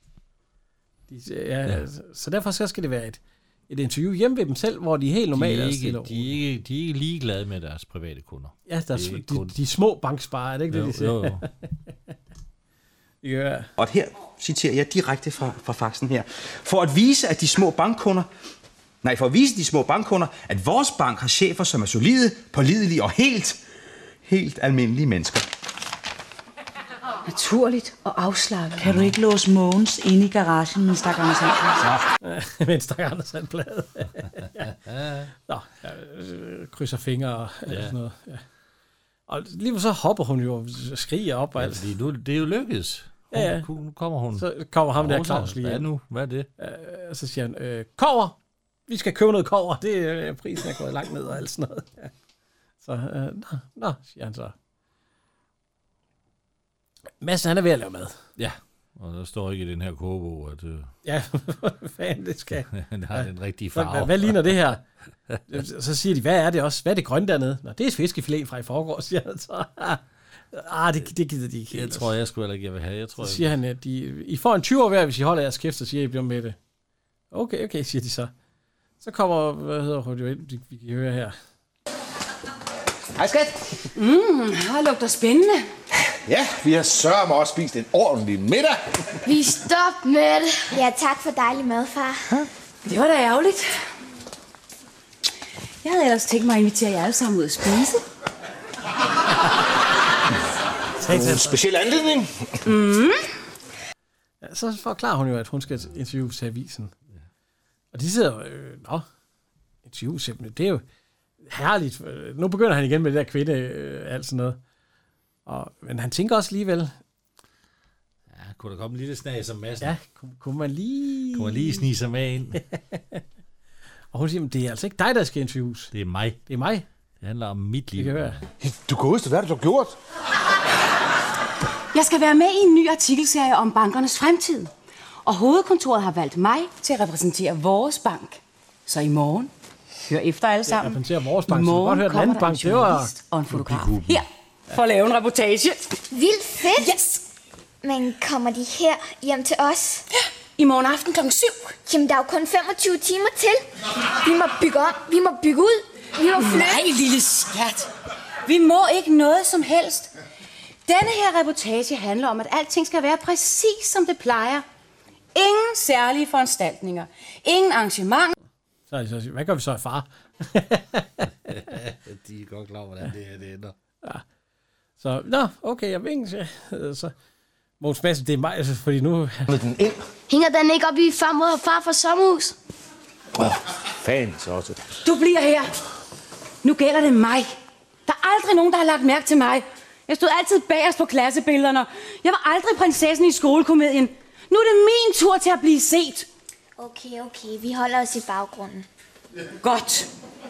S1: Så derfor så skal det være et interview hjemme ved dem selv, hvor de er helt normalt
S2: de er ikke ligeglade med deres private kunder.
S1: Ja, de små banksparer, er det ikke det, de siger?
S12: Ja. Og her citerer jeg direkte fra faxen her. For at vise de små bankkunder, at vores bank har chefer, som er solide, pålidelige og helt almindelige mennesker.
S11: Naturligt og afslappet. Kan du ikke låse Mogens inde i garagen, mens der er Anders Sandblad?
S1: Mens der er Anders Sandblad. Nå, krydser fingre og sådan noget. Ja. Og lige så hopper hun jo og skriger op.
S2: Ja, fordi nu, det er jo lykkedes. Nu kommer hun.
S1: Så kommer ham der Claus lige.
S2: Hvad nu? Hvad er det?
S1: Og så siger han, kover! Vi skal købe noget kover. Prisen er gået langt ned og alt sådan noget. Ja. Så, nå, siger han så. Madsen, han er ved at lave mad.
S2: Ja, og der står ikke i den her kogebog, at...
S1: Ja, hvad fanden det skal.
S2: Den har den rigtige farve.
S1: Hvad ligner det her? Så siger de, hvad er det også? Hvad er det grønne dernede? Nå, det er fiskefilet fra i forgår, siger han så. Det gider de ikke.
S2: Jeg tror, jeg skulle heller ikke, jeg vil have.
S1: Så siger han, at I får en 20 år hver, hvis I holder jeres kæft, så siger I bliver med det. Okay, siger de så. Så kommer, vi kan høre her.
S6: Hej skat.
S4: Det lugter spændende.
S6: Ja, vi har sørget mig også spist en ordentlig middag.
S3: Vi stop med det. Ja, tak for dejlig mad, far.
S4: Det var da ærgerligt. Jeg havde ellers tænkt mig at invitere jer alle sammen ud at spise.
S6: En speciel anledning.
S1: Ja, så forklarer hun jo, at hun skal interviewe til avisen. Og de sidder interviewe simpelthen. Det er jo herligt. Nu begynder han igen med det der kvinde, alt sådan noget. Men han tænker også alligevel...
S2: Ja, kunne der komme en lille snag som Madsen?
S1: Ja, kunne man lige
S2: snige sig med ind?
S1: Og hun siger, det er altså ikke dig, der skal interviews.
S2: Det er mig.
S1: Det er mig.
S2: Det handler om mit liv.
S1: Det kan være.
S6: Du kan huske, hvad du har gjort.
S4: Jeg skal være med i en ny artikelserie om bankernes fremtid. Og hovedkontoret har valgt mig til at repræsentere vores bank. Så i morgen, hør efter alle sammen.
S1: Jeg repræsenterer vores bank, så du godt høre den anden bank.
S4: Det var og en fotograf her for at lave en reportage.
S3: Vildt fedt.
S4: Yes.
S3: Men kommer de her hjem til os?
S4: Ja, i morgen aften kl. 7.
S3: Jamen, der er jo kun 25 timer til. Vi må bygge om, vi må bygge ud, vi må flytte.
S4: Nej, lille skat. Vi må ikke noget som helst. Denne her reportage handler om, at alting skal være præcis som det plejer. Ingen særlige foranstaltninger. Ingen arrangement.
S1: Så hvad gør vi så, far?
S2: De er godt klar over, hvordan det ender.
S1: Ja. Så, okay, jeg vil ikke... Så... Mogens Madsen, det er mig, altså, fordi nu...
S10: Hænger den ikke op i farmor og far fra sommerhus?
S6: Fanden så også.
S4: Du bliver her. Nu gælder det mig. Der er aldrig nogen, der har lagt mærke til mig. Jeg stod altid bagerst på klassebillederne. Jeg var aldrig prinsessen i skolekomedien. Nu er det min tur til at blive set.
S3: Okay, vi holder os i baggrunden.
S4: Godt.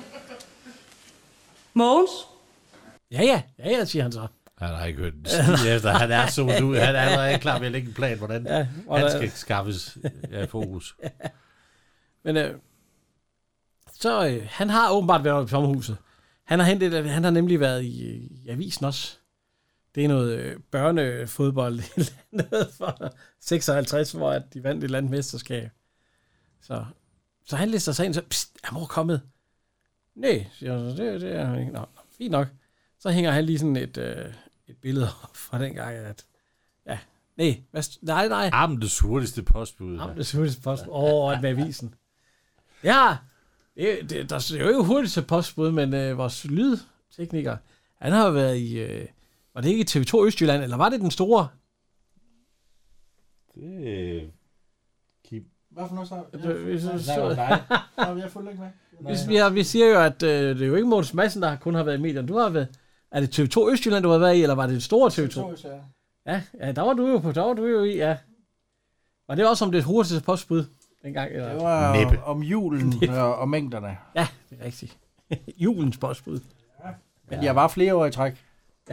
S4: Mogens?
S1: Ja, siger han så.
S2: Han har ikke hørt den skid efter. Han er så ud. Han er allerede klar med at lægge en plan, hvordan han skal skaffes fokus.
S1: Men så han har åbenbart været i sommerhuset. Han har nemlig været i avisen også. Det er noget børnefodbold i landet for 56, hvor de vandt et landmesterskab. Så han lister sig ind, så er mor kommet? Nej, siger han, det er han ikke. Nå, fint nok. Så hænger han lige sådan et billede fra den gang, at nej.
S2: Det hurtigste postbud.
S1: Det hurtigste postbud. Med avisen. Ja, der er jo ikke hurtigste postbud, men vores lydtekniker, han har været i... var det ikke TV2 Østjylland, eller var det den store?
S7: Hvad for noget så? Jeg får ikke med.
S1: Vi siger jo, at det er jo ikke Mogens Madsen, der kun har været i medierne. Du har været... Er det TV2 Østjylland, du har været i, eller var det den store TV2?
S7: TV2,
S1: ja, der var du jo i, ja. Var det også om det hurtigste postbud dengang? Eller?
S7: Det var om julen og mængderne.
S1: Ja, det er rigtigt. Julens postbud.
S7: Ja. Men jeg var flere år i træk.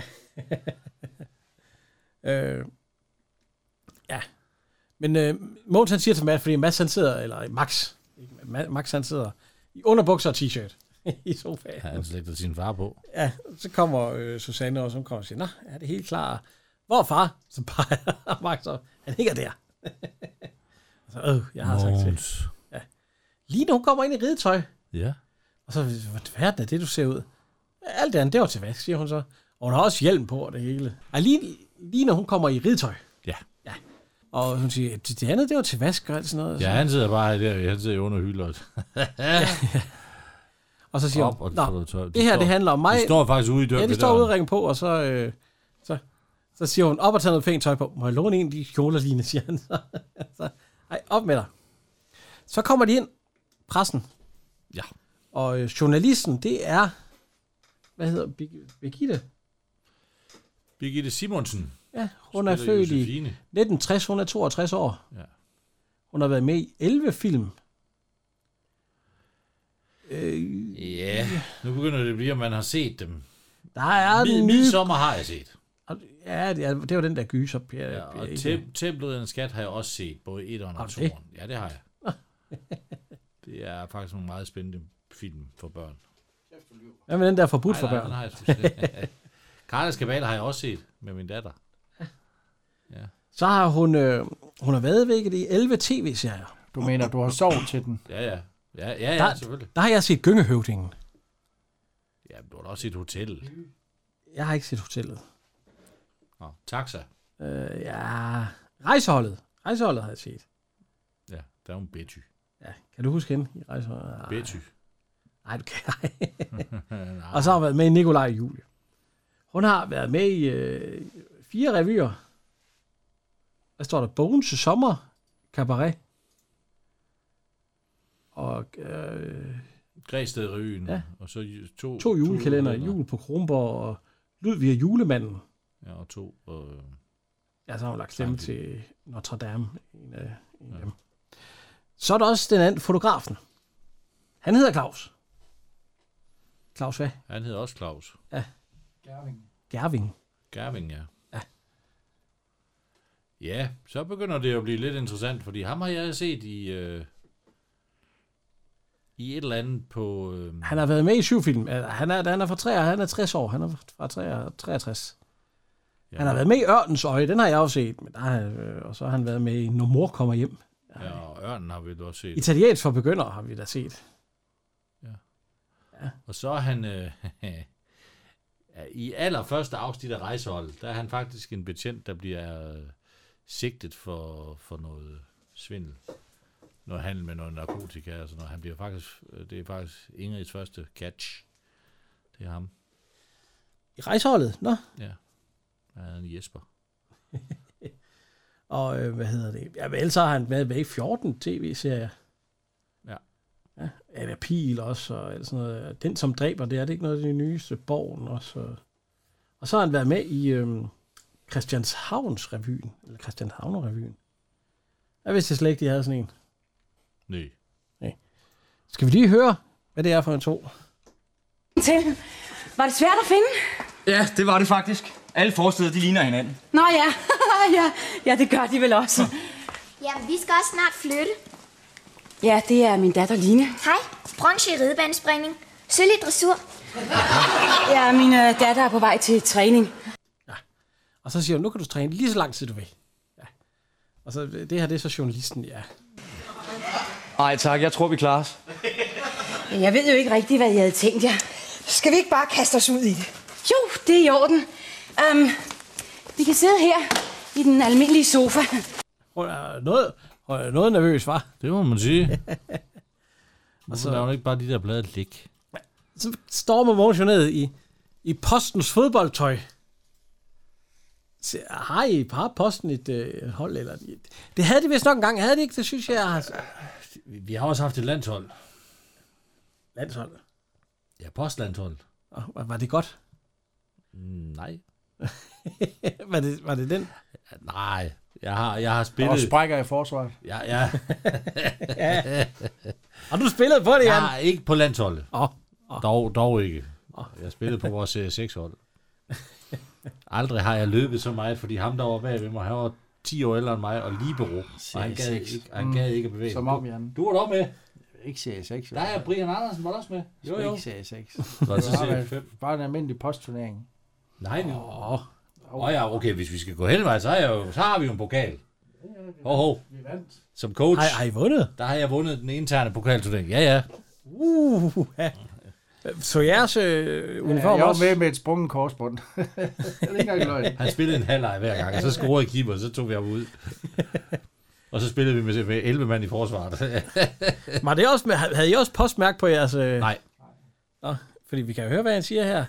S1: Ja. Men Mogens han siger til Mads, fordi Mads han sidder, eller Max han sidder i underbukser og t-shirt i sofaen.
S2: Ja, han slægter sin far på.
S1: Ja, så kommer Susanne, og så kommer og siger, nå, er det helt klar? Hvor er far? Så peger Max op. Han ligger der. Så, jeg har sagt til. Ja. Lige nu hun kommer ind i ridetøj.
S2: Ja.
S1: Og så, hvad er det, du ser ud? Alt det andet, det var til vask, siger hun så. Og hun har også hjelm på og det hele. Og lige når hun kommer i ridetøj.
S2: Ja.
S1: Ja. Og hun siger, det andet, det var til vask og alt sådan noget.
S2: Ja, han sidder bare der, han sidder under hyldet.
S1: Ja. Og så siger hun, det her, det handler om mig.
S2: De står faktisk ude i døren.
S1: Ja, de står ude og ringer på, og så siger hun, op og tage noget pænt tøj på. Må jeg låne en af de kjoler, Line, siger han. Så, op med dig. Så kommer de ind, pressen.
S2: Ja.
S1: Og journalisten, det er, hvad hedder
S2: Birgitte Simonsen.
S1: Ja, hun er født i 1960, hun er 62 år.
S2: Ja.
S1: Hun har været med i 11 film.
S2: Ja, nu begynder det at blive, om man har set dem.
S1: Der er den nye...
S2: Midsommer har jeg set.
S1: Ja, det var den der gyser.
S2: Ja, og Templet af en skat har jeg også set, både 1'eren og 2'eren. Ja, det har jeg. Det er faktisk en meget spændende film for børn.
S1: Hvad med den der forbudt for børn?
S2: Den har jeg sgu set. Karlas Kabal har jeg også set med min datter. Ja.
S1: Så har hun har været væk i 11 tv-serier.
S7: Du mener, du har sovet til den?
S2: Ja, selvfølgelig.
S1: Der har jeg set Gyngehøvdingen.
S2: Ja, du har da også set Hotellet.
S1: Jeg har ikke set Hotellet.
S2: Taxa.
S1: Ja, Rejseholdet. Rejseholdet har jeg set.
S2: Ja, der er jo en Betty.
S1: Ja, kan du huske hende i Rejseholdet?
S2: Betty.
S1: Nej, du kan ikke. Og så har hun været med i Nikolaj og Julie. Hun har været med i 4 revyer. Der står der Bogens Sommer, Cabaret. Og
S2: Græsted-revyen.
S1: Ja.
S2: Og så to
S1: julekalender. Jul på Kronborg og Ludvig og Julemanden.
S2: Ja, og 2.
S1: Ja, så har hun lagt stemme til Notre Dame. En af dem. Så er der også den anden, fotografen. Han hedder Claus. Claus hvad?
S2: Han hedder også Claus.
S1: Ja.
S2: Gerving, ja. Ja, så begynder det at blive lidt interessant, fordi ham har jeg set i et eller andet på...
S1: Han har været med i 7 film. Han er fra 3, han er 60 år. Han er fra 63. Ja. Han har været med i Ørnens Øje, den har jeg også set. Men og så har han været med i Når mor kommer hjem.
S2: Ja, og Ørnen har vi da også set.
S1: Italiensk for begyndere har vi da set.
S2: Ja. Og så er han... i allerførste afsnit af Rejseholdet, der er han faktisk en betjent, der bliver sigtet for noget svindel. Noget handel med noget narkotika og sådan noget. Han bliver faktisk, det er faktisk Ingrids første catch. Det er ham.
S1: I Rejseholdet? Nå?
S2: Ja. Han er en Jesper.
S1: Og hvad hedder det? Ja, men ellers har han været med i 14 tv-serier.
S2: Ja.
S1: Anna Pihl også, og sådan noget. Den, som dræber, det er det ikke noget af det nyeste. Borgen også. Og så har han været med i Christianshavns revyen. Eller Christianshavner-revyen. Jeg vidste slet ikke, de havde sådan en.
S2: Nej.
S1: Skal vi lige høre, hvad det er for en 2?
S4: Var det svært at finde?
S12: Ja, det var det faktisk. Alle forsteder, de ligner hinanden.
S4: Nå ja, ja, det gør de vel også.
S3: Jamen, vi skal også snart flytte.
S4: Ja, det er min datter Line.
S3: Hej, bronze i ridebanespringning. Sølv i dressur.
S4: Ja, min datter er på vej til træning.
S1: Ja, og så siger hun, nu kan du træne lige så lang tid du vil. Ja. Og så det her, det er så journalisten, ja.
S12: Ej tak, jeg tror vi klarer os.
S4: Jeg ved jo ikke rigtigt, hvad jeg havde tænkt jer.
S13: Skal vi ikke bare kaste os ud i det?
S4: Jo, det er i orden. Vi kan sidde her i den almindelige sofa.
S1: Hun er noget nervøs, var.
S2: Det må man sige. Og så laver hun ikke bare de der blade lig.
S1: Så stormer Mogens jo ned i Postens fodboldtøj. Har Posten et hold? Eller det havde de vist nok engang, havde de ikke? Det synes jeg.
S2: Vi har også haft et landshold.
S1: Landshold?
S2: Ja, postlandshold.
S1: Var det godt?
S2: Nej.
S1: var det den?
S2: Nej, jeg har spillet...
S7: Og sprækker i forsvaret.
S2: Ja.
S1: Og du spillede på det, Jan?
S2: Nej, ikke på landsholdet. Dog ikke. Jeg spillede på vores 6-hold. Aldrig har jeg løbet så meget, fordi ham, der var bag ved mig, han var 10 år ældre end mig, og libero. Og han gad ikke at bevæge.
S7: Som om, Jan.
S2: Du var da med.
S7: Ikke serie 6.
S2: Der er Brian Andersen, var der også med. Jo.
S7: Ikke serie 6.
S2: Så det serie 5.
S7: Bare en almindelig postturnering.
S2: Nej, ja, okay, hvis vi skal gå hen, så har vi jo en pokal.
S7: Vi vandt.
S2: Som coach.
S1: Har I vundet?
S2: Der har jeg vundet den interne pokalturnering. Ja.
S1: Ja. Så jeres uniform
S7: jeg
S1: også?
S7: var med et sprungen korsbånd. Det er ikke engang løgn.
S2: Han spillede en halvleg hver gang, og så scorede keeper, så tog vi ham ud. Og så spillede vi med 11 mand i forsvaret.
S1: Var det også havde I også postmærke på jeres...
S2: Nej.
S1: Nå, fordi vi kan jo høre, hvad han siger her.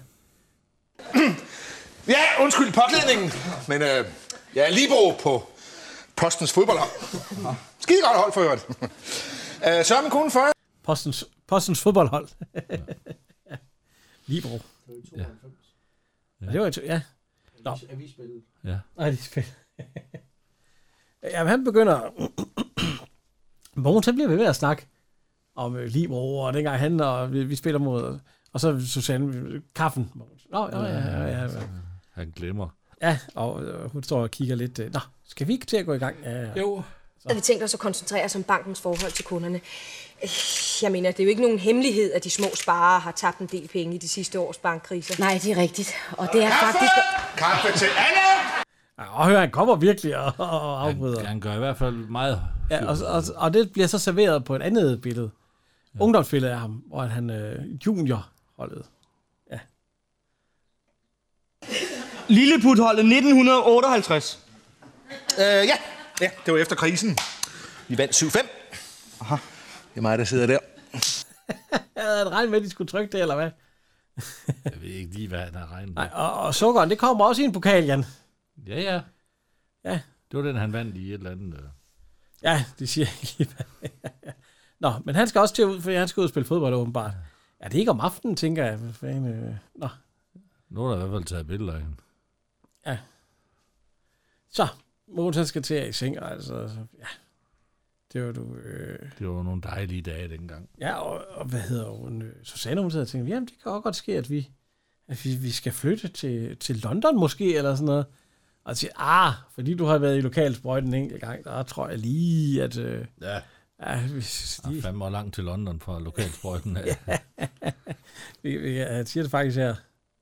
S6: Ja, undskyld påklædningen, men jeg er libero på Postens fodboldhold. Skide godt hold for øvrigt. Så er min kone for
S1: Postens fodboldhold. Ja. Libero.
S2: Ja.
S1: Det var ja. Nå.
S7: Er vi spillet?
S2: Ja.
S1: Nej, de spiller. Jamen, han begynder... Mogens, han bliver ved med at snakke om libero, og dengang han og vi spiller mod... Og så Susanne, kaffen. Nå, ja.
S2: Han glemmer.
S1: Ja, og hun står og kigger lidt. Nå, skal vi ikke til at gå i gang? Ja.
S7: Jo.
S14: Så vi tænkt os at koncentrere os om bankens forhold til kunderne. Jeg mener, det er jo ikke nogen hemmelighed, at de små sparere har tabt en del penge i de sidste års bankkriser.
S4: Nej, det er rigtigt. Og det er faktisk...
S6: Kaffe til alle!
S1: Og hør, han kommer virkelig og afbryder.
S2: Han gør i hvert fald meget...
S1: Ja, og det bliver så serveret på et andet billede. Ja. Ungdomsbillede af ham, hvor han juniorholdet. Ja.
S15: Lilleputholdet 1958.
S6: Ja, det var efter krisen. Vi vandt 7-5. Aha, det er mig, der sidder der.
S1: Jeg havde regnet med, at de skulle trykke det, eller hvad?
S2: Jeg ved ikke lige, hvad han har regnet med.
S1: Nej, og sukkeren, det kommer også i en pokal, Jan.
S2: Ja.
S1: Ja.
S2: Det var den, han vandt i et eller andet...
S1: Ja, det siger jeg ikke lige. Nå, men han skal også til ud, for han skal ud og spille fodbold, åbenbart. Ja, det er ikke om aftenen, tænker jeg. Nå.
S2: Nu er der i hvert fald taget billeder af hende.
S1: Ja. Så, Mogens skal til at i seng, altså. Ja. Det var du...
S2: Det var nogle dejlige dage dengang.
S1: Ja, og hvad hedder hun? Susanne, hun sidder og tænker, jamen det kan også godt ske, at vi skal flytte til London måske, eller sådan noget. Og siger, fordi du har været i lokalsprøjten en enkelt gang, der tror jeg lige, at...
S2: Ja, der er 5 år langt til London fra lokalsprøjten.
S1: Jeg siger det faktisk her.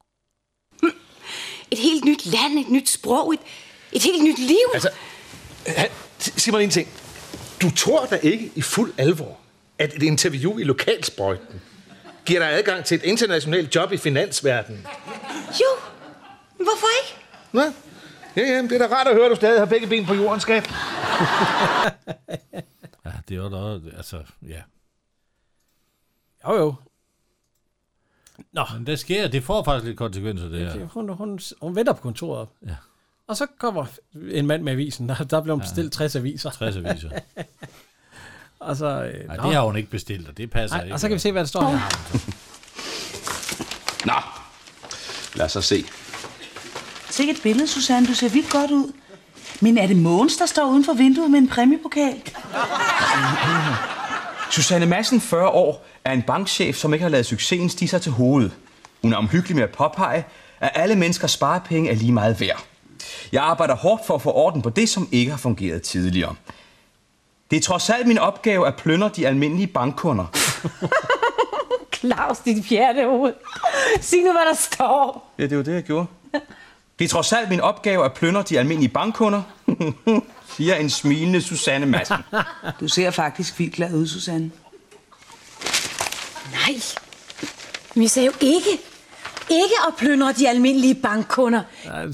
S4: Et helt nyt land, et nyt sprog, et helt nyt liv.
S6: Altså, sig mig en ting. Du tror da ikke i fuld alvor, at et interview i lokalsprøjten giver dig adgang til et internationalt job i finansverdenen?
S4: Jo, men hvorfor ikke?
S6: Nå? Ja, det er da rart at høre, at du stadig har begge ben på jorden, skat.
S2: Ja, det var da, altså, ja.
S1: Jo. Nå.
S2: Men det sker, det får faktisk lidt konsekvenser, det her.
S1: Hun venter på kontoret.
S2: Ja.
S1: Og så kommer en mand med avisen. Der blev bestilt 60 aviser.
S2: 60 aviser.
S1: Og så...
S2: Nej, det har hun ikke bestilt, og det passer ikke.
S1: Og så kan vi se, hvad der står her.
S12: Nå, lad os så se.
S11: Se et billede, Susanne. Du ser vildt godt ud. Men er det Mogens, der står uden for vinduet med en præmiepokal?
S12: Susanne Madsen, 40 år, er en bankchef, som ikke har lavet succesen stige sig til hovedet. Hun er omhyggelig med at påpege, at alle menneskers sparepenge er lige meget værd. Jeg arbejder hårdt for at få orden på det, som ikke har fungeret tidligere. Det er trods alt min opgave at plyndre de almindelige bankkunder.
S4: Claus, dit fjerde hoved. Sig nu, hvad der står.
S12: Ja, det var det, jeg gjorde. Det er trods alt min opgave at plyndre de almindelige bankkunder, siger en smilende Susanne Madsen.
S11: Du ser faktisk vildt glad ud, Susanne.
S4: Nej, men jeg sagde jo ikke at plyndre de almindelige bankkunder.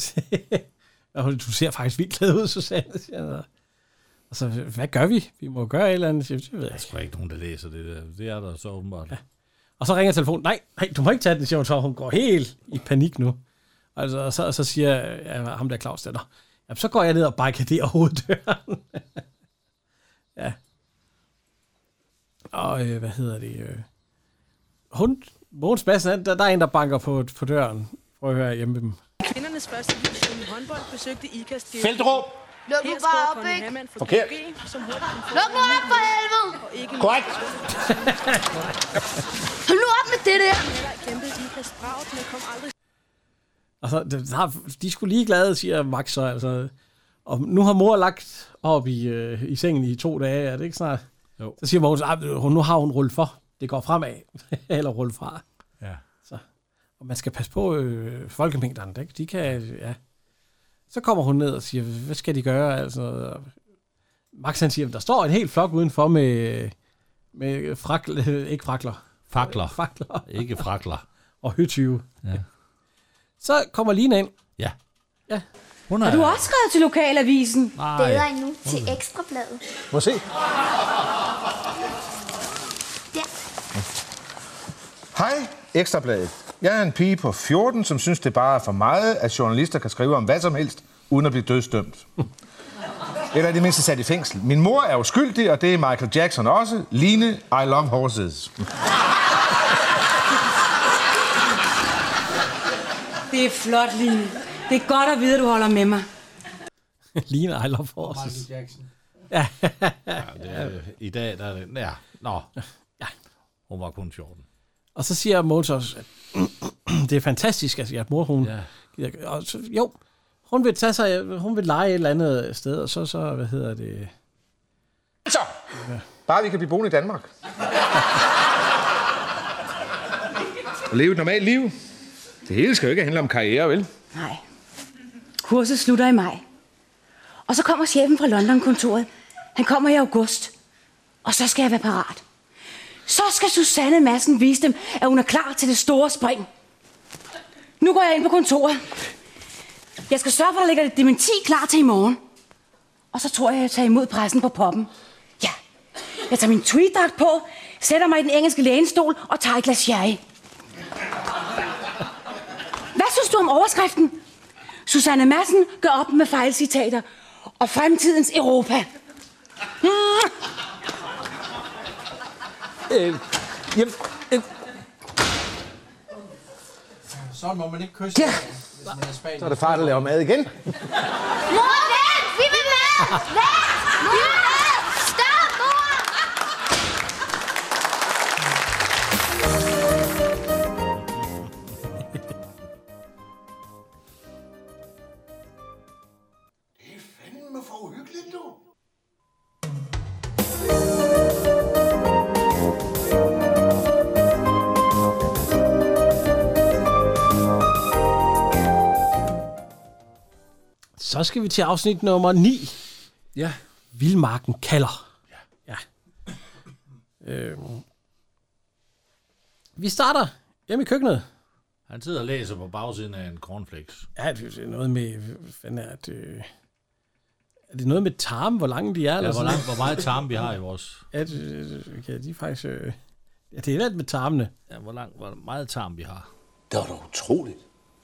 S1: Du ser faktisk vildt glad ud, Susanne. Altså, hvad gør vi? Vi må gøre et eller andet. Det ved jeg.
S2: Der er sgu ikke nogen, der læser det der. Det er der så åbenbart. Ja.
S1: Og så ringer telefonen. Nej, du må ikke tage den, siger hun så. Hun går helt i panik nu. Altså, og så siger ham der Claus der, jamen, så går jeg ned og barrikaderer hoveddøren. Ja. Og hvad hedder det? Mogens Madsen, der er en, der banker på døren. Prøv at høre hjemme med dem.
S14: Kvinderne
S16: Kvindernes første division i håndbold besøgte IKAST.
S6: Feltrum!
S16: Luk nu bare op, ikke?
S6: Forkert.
S3: Luk nu op for helvede!
S6: Korrekt.
S3: Hold nu op med det der!
S1: Altså, de skulle lige glade, siger Max så, altså. Og nu har mor lagt op i sengen i 2 dage, er det ikke snart?
S2: Jo.
S1: Så siger Mogens, nu har hun rullet for. Det går fremad, eller rulle fra.
S2: Ja.
S1: Så. Og man skal passe på folkemængderne, ikke? De kan, ja. Så kommer hun ned og siger, hvad skal de gøre? Altså, og Max han siger, der står en hel flok udenfor med ikke frakler.
S2: Fakler. Ikke frakler.
S1: Og høtyve.
S2: Ja.
S1: Så kommer Line ind.
S2: Ja.
S1: Ja.
S4: Hun har du også skrevet til lokalavisen?
S3: Bedre endnu til Ekstrabladet.
S6: Må se. Hej, Ekstrabladet. Jeg er en pige på 14, som synes, det bare er for meget, at journalister kan skrive om hvad som helst, uden at blive dødsdømt. Eller i det mindste sat i fængsel. Min mor er uskyldig, og det er Michael Jackson også. Line, I love horses.
S4: Det er flot, Line. Det er godt at vide, at du holder med mig.
S1: Line, I love horses.
S7: Michael Jackson.
S1: Ja.
S2: I dag, der er det... Ja, nå. Ja. Hun var kun 14.
S1: Og så siger Mogens også, at det er fantastisk, at mor, hun... Ja. Og så, jo, hun vil tage sig... Hun vil lege et eller andet sted, og så hvad hedder det...
S6: Så! Ja. Bare vi kan blive boende i Danmark. Og leve et normalt liv. Det hele skal jo ikke handle om karriere, vel?
S4: Nej. Kurset slutter i maj. Og så kommer chefen fra London-kontoret. Han kommer i august. Og så skal jeg være parat. Så skal Susanne Madsen vise dem, at hun er klar til det store spring. Nu går jeg ind på kontoret. Jeg skal sørge for, at der ligger et dementi klar til i morgen. Og så tror jeg tager imod pressen på poppen. Ja. Jeg tager min tweetdragt på, sætter mig i den engelske lænestol og tager et glas sherry. Hvad synes du om overskriften? Susanne Madsen gør op med fejlcitater og fremtidens Europa.
S7: Sådan må man ikke kysse,
S6: ja.
S7: Hvis man er Spanien.
S6: Så er det far, der laver mad igen.
S3: Mor, vent! Vi vil med! Vent! Vi vil med! Stop, mor!
S6: Det er fandme for uhyggeligt, du.
S1: Så skal vi til afsnit nummer 9.
S2: Ja.
S1: Vildmarken kalder. Ja. Vi starter hjemme i køkkenet.
S2: Han sidder og læser på bagsiden af en cornflakes.
S1: Ja, det er noget med... Hvad fanden er det? Er det noget med tarm, hvor lange de er?
S2: Ja,
S1: eller sådan?
S2: hvor meget tarm vi har i vores...
S1: Ja, de er faktisk... Ja, det er lidt med tarmene.
S2: Ja, hvor meget tarm vi har.
S8: Det var da utroligt.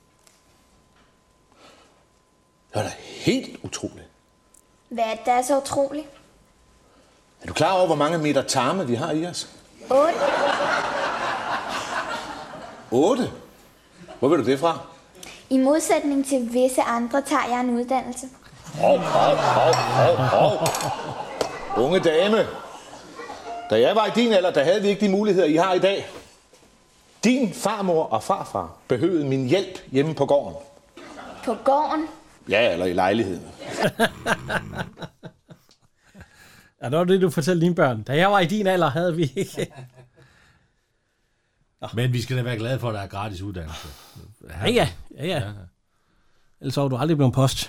S8: Det var da helt utroligt.
S3: Hvad er det, der er så utroligt?
S6: Er du klar over, hvor mange meter tarme vi har i os?
S3: 8.
S6: 8? Hvor ved du det fra?
S3: I modsætning til visse andre tager jeg en uddannelse.
S6: Unge dame. Da jeg var i din alder, der havde vi ikke de muligheder, I har i dag. Din farmor og farfar behøvede min hjælp hjemme på gården.
S3: På gården?
S6: Ja, eller i lejligheden.
S1: Ja, det var det, du fortalte dine børn. Da jeg var i din alder, havde vi ikke...
S2: Men vi skal da være glade for, at der er gratis uddannelse.
S1: Ja. Ellers var du aldrig blevet post.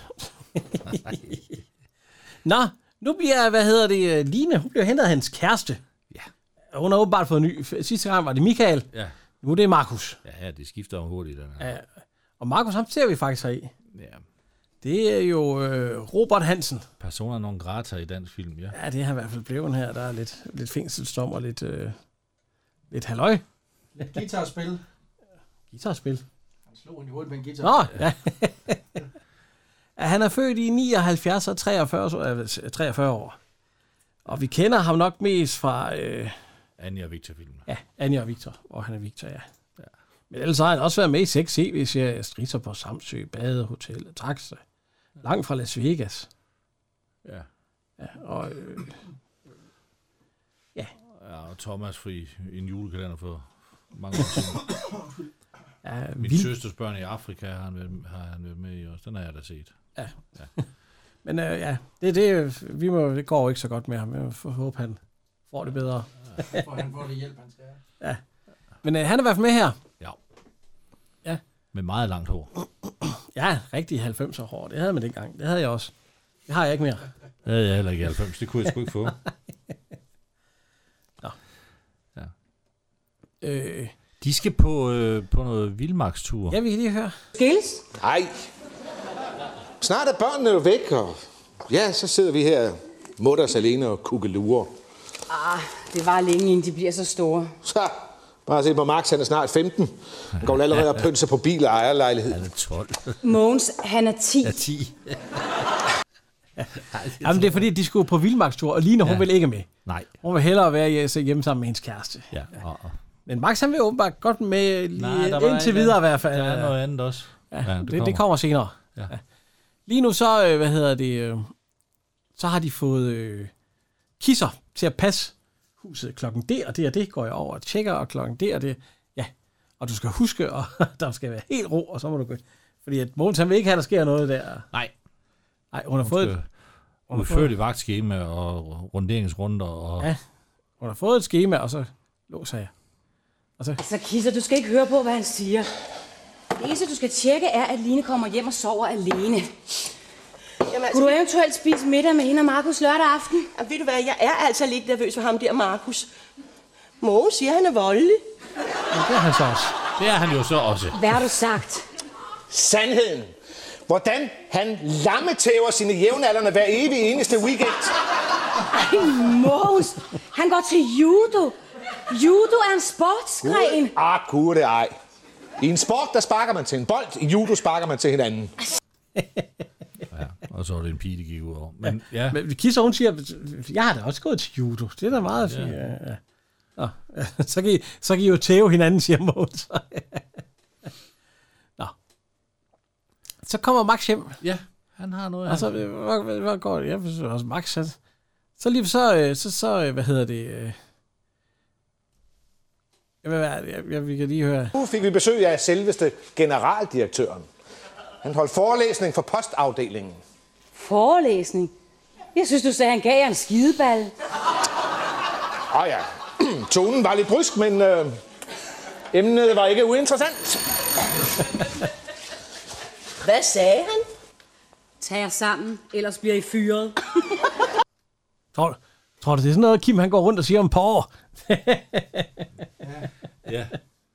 S1: Nå, nu bliver, Line, hun bliver hentet af hans kæreste.
S2: Ja.
S1: Hun har åbenbart fået ny. Sidste gang var det Michael.
S2: Ja.
S1: Nu er det Markus.
S2: Ja, det skifter jo hurtigt. Den her.
S1: Ja. Og Markus, ham ser vi faktisk heri.
S2: Ja.
S1: Det er jo Robert Hansen.
S2: Persona non grata i dansk film, ja.
S1: Ja, det har i hvert fald blevet her. Der er lidt fængselsdom og lidt halløj.
S7: Guitarspil.
S1: Guitarspil?
S7: Han slog hende i hovedet med en guitar.
S1: Nå, ja. Ja, han er født i 79 og 43 år. Og vi kender ham nok mest fra...
S2: Anja og Victor-filmen.
S1: Ja, Anja og Victor, hvor han er Victor, ja. Men ellers har han også været med i 6 CV-serier, Strisser på Samsø, Badehotel, Taxa, langt fra Las Vegas.
S2: Ja.
S1: Ja, og...
S2: Ja, og Thomas Fri i en julekalender for mange år siden.
S1: Ja,
S2: Min søsters børn i Afrika har han været med i også. Den har jeg da set.
S1: Ja. Men det går ikke så godt med ham. Jeg får håbe, han får det bedre.
S7: For han får det hjælp, han skal have.
S1: Ja. Men han er i hvert fald med her.
S2: Ja.
S1: Ja.
S2: Med meget langt hår.
S1: Ja, rigtig 90'er hår. Det havde man dengang. Det havde jeg også. Det har jeg ikke mere.
S2: Det havde jeg heller ikke i 90. Det kunne jeg sgu ikke få.
S1: Nå.
S2: Ja. De skal på noget vildmarkstur.
S1: Ja, vi kan lige høre.
S4: Skilles?
S6: Nej. Snart er børnene jo væk, og ja, så sidder vi her mutters alene og kukkelurer.
S4: Det var længe, inden de bliver så store.
S6: Så, bare se på Max, han er snart 15. Han går allerede og pønser på bil og ejerlejlighed.
S2: Han er 12.
S4: Mogens, han er 10.
S2: Ja, 10.
S1: Jamen, det er fordi, de skulle på vildmarkstur, og Line, hun vil ikke med.
S2: Nej.
S1: Hun vil hellere være hjemme sammen med hendes kæreste.
S2: Ja.
S1: Men Max, han vil åbenbart godt med lige indtil videre i hvert fald.
S2: Der er noget andet også.
S1: Ja, det kommer senere.
S2: Ja.
S1: Lige nu så, så har de fået kisser til at passe huset klokken det og det går jeg over og tjekker, og klokken det og det. Ja, og du skal huske, og der skal være helt ro, og så må du gå. Fordi at Mogens, han vil ikke have, der sker noget der.
S2: Nej,
S1: hun har fået...
S2: udførligt vagtskema og runderingsrunder. Og...
S1: Ja, hun har fået et skema, og så låser jeg. Og så...
S4: Altså, Kisser, du skal ikke høre på, hvad han siger. Det eneste, du skal tjekke, er, at Line kommer hjem og sover alene. Jamen, kunne du eventuelt spise middag med hende og Markus lørdag aften?
S5: Jamen, ved du hvad, jeg er altså lidt nervøs for ham der, Markus. Mogens siger, han er voldelig.
S1: Ja, det er han så også.
S2: Det er han jo så også.
S4: Hvad har du sagt?
S6: Sandheden. Hvordan han lammetæver sine jævnaldrende hver evig eneste weekend.
S4: Ej, Mogens, han går til judo. Judo er en sportsgren.
S6: Gud det ej. I en sport, der sparker man til en bold. I judo sparker man til hinanden.
S2: Ja, og så er det en pige, der gik ud over. Men,
S1: ja. Men Kisser, hun siger, jeg har da også gået til judo. Det er da meget fint. Ja. Nå, så kan I jo tæve hinanden, siger Mogens. Nå. Så kommer Max hjem.
S2: Ja, han har noget.
S1: Og så, hvad går det? Jeg synes også, Max, så lige så hvad hedder det... Vi kan lige høre.
S6: Nu fik vi besøg af selveste generaldirektøren. Han holdt forelæsning for postafdelingen.
S4: Forelæsning? Jeg synes, du sagde, han gav jer en skideball.
S6: Ja, tonen var lidt brysk, men emnet var ikke uinteressant.
S5: Hvad sagde han?
S4: Tag jer sammen, ellers bliver I fyret.
S1: Tror du, det er sådan noget, Kim han går rundt og siger om et par år?
S2: Ja.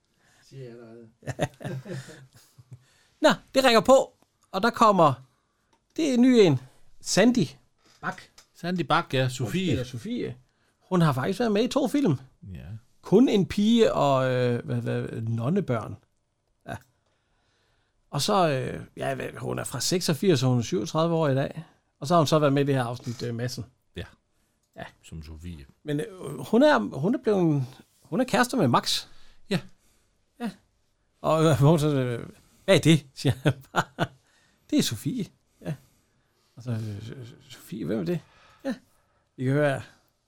S1: Nå, det ringer på, og der kommer, det er en ny en, Sandy Bak.
S2: Sandy Bak, ja, Sofie.
S1: Hun har faktisk været med i 2 film.
S2: Ja.
S1: Kun en pige og nonnebørn. Ja. Og så, hun er fra 86, og hun er 37 år i dag. Og så har hun så været med i det her afsnit, Madsen.
S2: Ja, som Sofie.
S1: Men hun er kærester med Max.
S2: Ja.
S1: Ja. Og hun så, hvad er det, siger han bare. Det er Sofie. Ja. Og så, Sofie, hvem er det? Ja. Vi kan høre.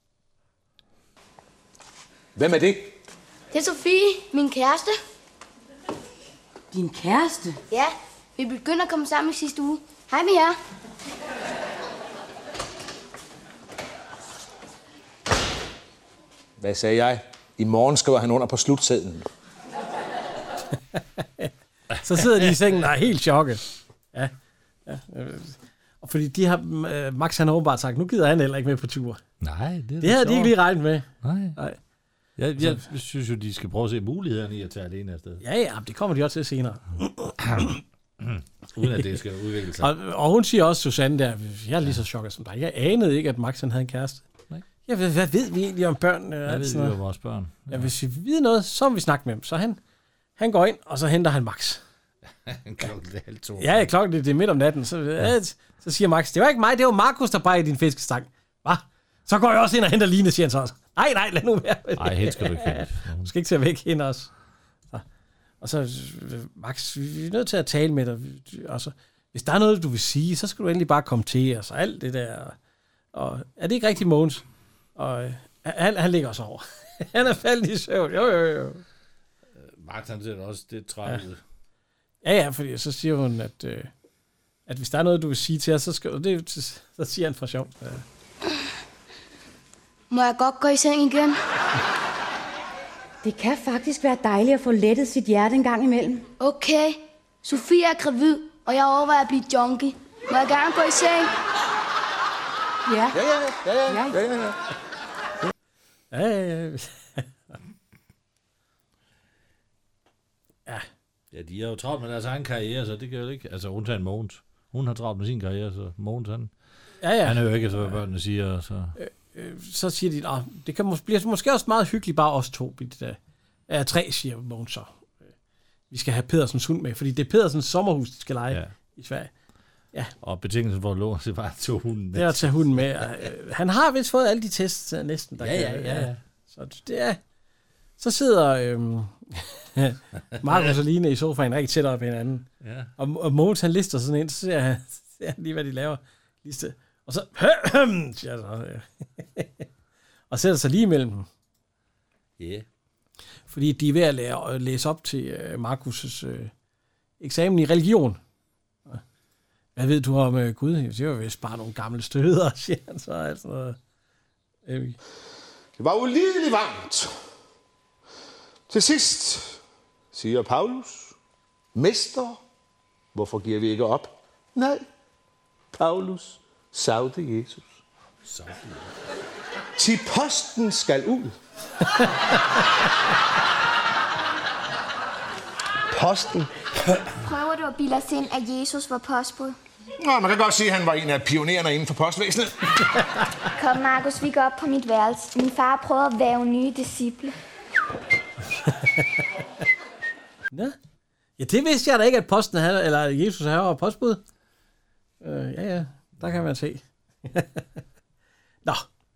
S6: Hvem er det?
S10: Det er Sofie, min kæreste.
S4: Din kæreste?
S10: Ja, vi begyndte at komme sammen i sidste uge. Hej med jer.
S6: Hvad sagde jeg? I morgen skriver han under på slutsedlen.
S1: Så sidder de i sengen og er helt chokket. Ja. Og fordi de har, Max han har åbenbart sagt, nu gider han heller ikke med på tur.
S2: Nej,
S1: det havde de ikke lige regnet med.
S2: Nej. Jeg synes jo, de skal prøve at se mulighederne i at tage alene afsted.
S1: Ja, det kommer de også til senere.
S2: Uden at det skal udvikle sig.
S1: Og hun siger også, Susanne der, jeg er lige så chokket som dig. Jeg anede ikke, at Max han havde en kæreste.
S2: Nej.
S1: Hvad ved vi egentlig om børn?
S2: Hvad ved vi om vores børn?
S1: Ja, hvis vi ved noget, så vil vi snakke med dem. Så han går ind, og så henter han Max.
S2: Klokken er 1:30.
S1: Ja, klokken det er midt om natten. Så siger Max, det var ikke mig, det var Markus, der brækkede din fiskestang. Hvad? Så går jeg også ind og henter Line, siger han så også. Nej, lad nu være.
S2: Nej, helt skal du ikke.
S1: Du skal ikke tage væk hende også. Så. Og så, Max, vi er nødt til at tale med dig. Og så, hvis der er noget, du vil sige, så skal du endelig bare komme til os, og alt det der. Og er det ikke rigtigt, Mogens? Og han ligger også over. Han er faldet i søvn. Jo.
S2: Max, han ser også det træt ud.
S1: Ja, fordi så siger hun, at hvis der er noget, du vil sige til os, så siger han for sjov. Ja.
S10: Må jeg godt gå i seng igen?
S4: Det kan faktisk være dejligt at få lettet sit hjerte en gang imellem.
S10: Okay. Sofie er gravid, og jeg overvejer at blive junkie. Må jeg gerne gå i seng?
S4: Ja.
S2: Ja, de er jo travlt med deres egen karriere, så det kan jo ikke... Altså, undtagen Mogens. Hun har travlt med sin karriere, så Mogens, han er jo ikke, så hvad børnene siger.
S1: Så siger de, det kan blive måske også meget hyggeligt, bare os to. Ja, 3, siger Mogens så. Vi skal have Pedersens hund med, fordi det er Pedersens sommerhus, de skal lege i Sverige. Ja.
S2: Og betingelsen for at låne, det var at tage hunden med.
S1: Det er at tage hunden med. Han har vist fået alle de tests næsten. Der
S2: Ja.
S1: Så det er... Så sidder Markus og Line i sofaen rigtig tættere på hinanden.
S2: Ja.
S1: Og Mogens, han lister sådan ind, så ser han lige, hvad de laver. Liste. Og så... siger så, og sætter sig lige imellem dem.
S2: Yeah.
S1: Fordi de er ved at læse op til Markus' eksamen i religion. Hvad ved du om Gud? Det var vist bare nogle gamle støder, siger han så. Altså,
S6: det var ulideligt varmt. Til sidst siger Paulus, Mester, hvorfor giver vi ikke op? Nej, Paulus savde Jesus. Til posten skal ud. Posten.
S3: Prøver du at bilde os ind, at Jesus var postbud?
S6: Nå, man kan godt sige, at han var en af pionererne inden for postvæsenet.
S3: Kom, Markus, vi går op på mit værelse. Min far prøver at væve nye disciple.
S1: Ja, det vidste jeg da ikke, at posten havde, eller Jesus havde var postbud. Ja, der kan man se. Nå.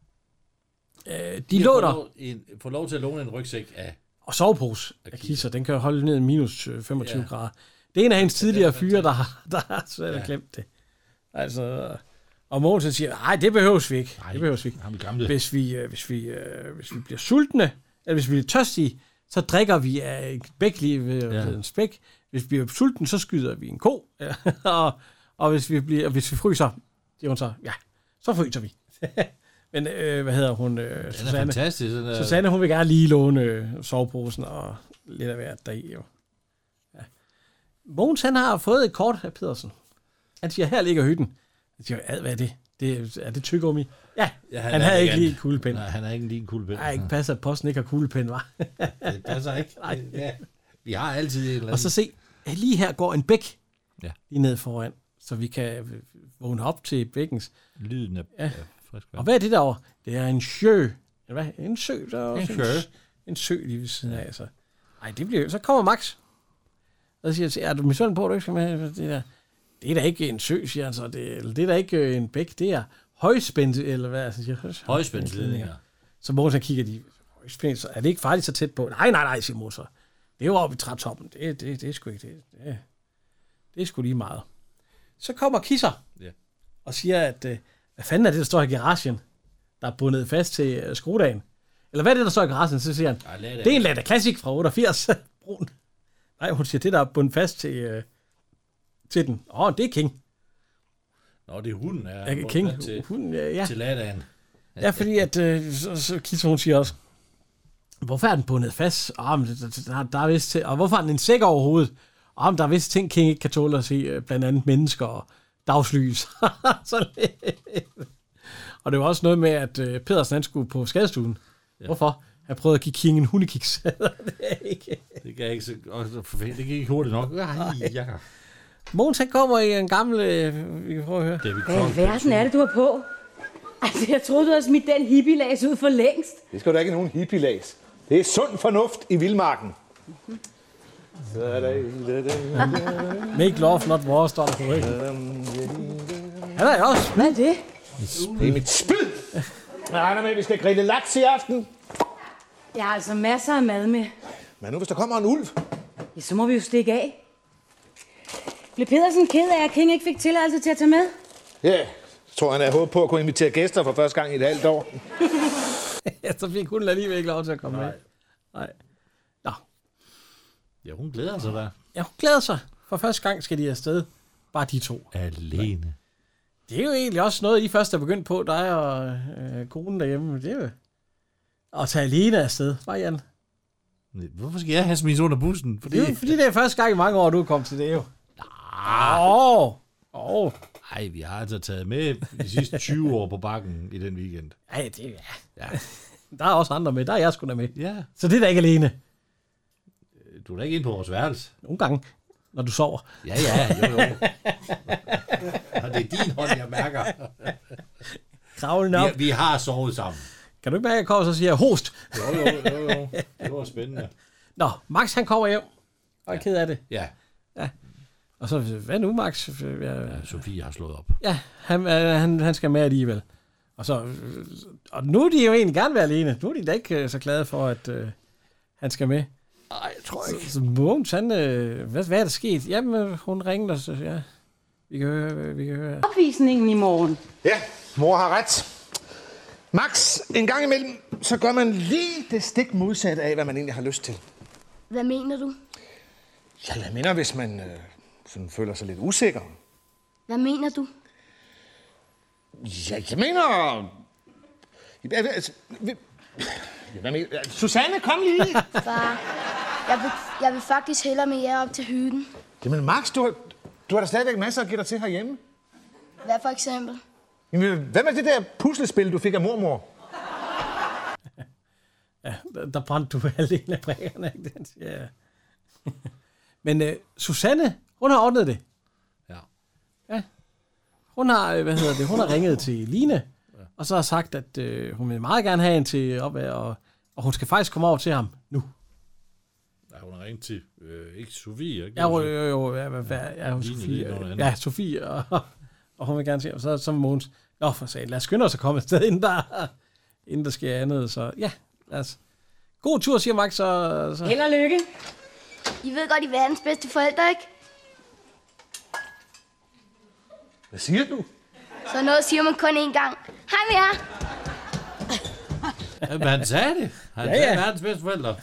S1: De lå der.
S2: Får lov til at låne en rygsæk af...
S1: Og sovepose af Kisser. Den kan holde ned minus 25 grader. Det er en af hendes tidligere fyre, der har svært glemt det. Altså... Og Mogensen siger, nej, det behøves vi ikke. Det behøves vi ikke. Hvis vi bliver sultne, eller hvis vi bliver tørstige, så drikker vi af en bæk lige ved en spæk. Hvis vi bliver sultne, så skyder vi en ko. og hvis vi fryser, siger hun så, så fryser vi. Men hvad hedder hun? Susanne.
S2: Er fantastisk.
S1: Susanne, hun vil gerne lige låne soveposen og lidt af hvert deri. Jo. Ja. Mogens, han har fået et kort af Pedersen. Han siger, her ligger hytten. Jeg siger, hvad er det? Er det tyggegummi? Ja, han havde ikke lige en kuglepen.
S2: Nej, han har ikke lige en kuglepen.
S1: Nej, ikke passer, at posten ikke har kuglepen, var.
S2: Det passer ikke. Nej. Ja. Vi har altid et eller andet.
S1: Og så se, lige her går en bæk lige ned foran, så vi kan vågne op til bækkens.
S2: Lyden af frisk vand.
S1: Og hvad er det derovre? Det er en sjø. Hvad? En sø? Der er også en sø lige ved siden af. Altså. Ej, det bliver... Så kommer Max. Og så siger han, er du misundelig på, at du ikke skal med det der? Det er da ikke en sø, siger han så. Det er da ikke en bæk, det er højspændt, eller hvad? Altså,
S2: højspændsledninger.
S1: Så Mogens kigger de, højspændt, så er det ikke farligt så tæt på? Nej, siger Mogens. Det er jo oppe i trætoppen. Det er sgu ikke det. Det er sgu lige meget. Så kommer Kisser og siger, at hvad fanden er det, der står i garagen, der er bundet fast til skruedagen? Eller hvad er det, der står i garagen? Så siger han, det er en Lada Classic fra 88. Brun. Nej, hun siger, det der er bundet fast til den. Det er King.
S2: Nå, det er hunden,
S1: King.
S2: Hunden, til Ladaen.
S1: Ja, fordi at så Kisser, hun siger også, hvorfor er den bundet fast? Der er vist til, og hvorfor er den en sæk over hovedet? Der er vist ting, King ikke kan tåle at se, blandt andet mennesker og dagslys. Og det var også noget med, at Pedersen skulle på skadestuen. Ja. Hvorfor? Jeg prøvede at give King en hundekiks.
S2: Det kan ikke ikke hurtigt nok. Ja.
S1: Mogens, han kommer i en gammel... vi kan prøve at høre.
S4: Hvad i verden er det, du har på? Altså, jeg troede, du havde smidt den hippielæs ud for længst.
S6: Det skal da ikke nogen hippielæs. Det er sund fornuft i vildmarken.
S1: Make love, not war, står der på ryggen. Han er også.
S4: Hvad er det?
S6: Det er mit spyd. Jeg regner med, at vi skal grille laks i aften.
S4: Jeg har altså masser af mad med.
S6: Men nu, hvis der kommer en ulv,
S4: Ja, så må vi jo stikke af. Blev Pedersen ked af, at King ikke fik tilladelse til at tage med?
S6: Ja, så tror han, at jeg håber på at kunne invitere gæster for første gang i et halvt år.
S1: Ja, så fik hun alligevel ikke lov til at komme med. Nej. Nå.
S2: Ja, hun glæder sig da.
S1: Ja, hun glæder sig. For første gang skal de afsted. Bare de to.
S2: Alene.
S1: Det er jo egentlig også noget, I først er begyndt på, dig og konen derhjemme. Det er jo at tage alene afsted. Bare Jan.
S2: Hvorfor skal jeg have smidt under bussen?
S1: Det er jo, fordi det er første gang i mange år, du er kommet til det jo.
S2: Nej, vi har altså taget med de sidste 20 år på bakken i den weekend.
S1: Ja, det ja. Der er også andre med. Der er jeg sgu da med.
S2: Ja.
S1: Så det er da ikke alene.
S2: Du er da ikke inde på vores værelse.
S1: Nogle gange, når du sover.
S2: Ja, jo. Og det er din hånd, jeg mærker.
S1: Kravlen op.
S2: Vi har sovet sammen.
S1: Kan du ikke mærke, at jeg kommer og siger host?
S2: Jo. Det var spændende.
S1: Nå, Max han kommer hjem. Og er ked af det.
S2: Ja.
S1: Og så, hvad nu, Max?
S2: Sofie har slået op.
S1: Ja, han skal med alligevel. Og så, og nu er de jo egentlig gerne være alene. Nu er de da ikke så glade for, at han skal med.
S2: Nej, jeg tror ikke.
S1: Så Mogens, han, hvad er der sket? Jamen, hun ringede os, ja. Vi kan høre.
S4: Opvisningen i morgen.
S6: Ja, mor har ret. Max, en gang imellem, så gør man lige det stik modsatte af, hvad man egentlig har lyst til.
S10: Hvad mener du?
S6: Ja, jeg mener, hvis man sådan føler sig lidt usikker.
S10: Hvad mener du?
S6: Ja, jeg mener... Susanne, kom lige!
S10: Far, jeg vil faktisk hellere med jer op til hytten.
S6: Jamen Max, du har da stadigvæk masser at give dig til herhjemme.
S10: Hvad for eksempel?
S6: Jamen, hvad med det der puslespil, du fik af mormor?
S1: Ja, der brændte du halvdelen af brækkerne, ikke? Ja. Men Susanne, hun har ordnet det. Ja. Hun har, hun har ringet til Line, og så har sagt, at hun vil meget gerne have en til opad, og hun skal faktisk komme over til ham nu.
S2: Ja, hun har ringet til, ikke Sofie, ikke?
S1: Ja, Sofie. Ja, Sofie, og hun vil gerne se, og så Mogens, for sagen, lad os skynde os at komme et sted, inden der sker andet, så ja, lad os. God tur, siger Max, så...
S4: Held og lykke.
S10: I ved godt, I er verdens bedste forældre, ikke?
S6: Hvad siger du?
S10: Så noget siger man kun én gang. Hej med jer!
S2: Ja, men han sagde det. Han sagde verdens bedste forældre.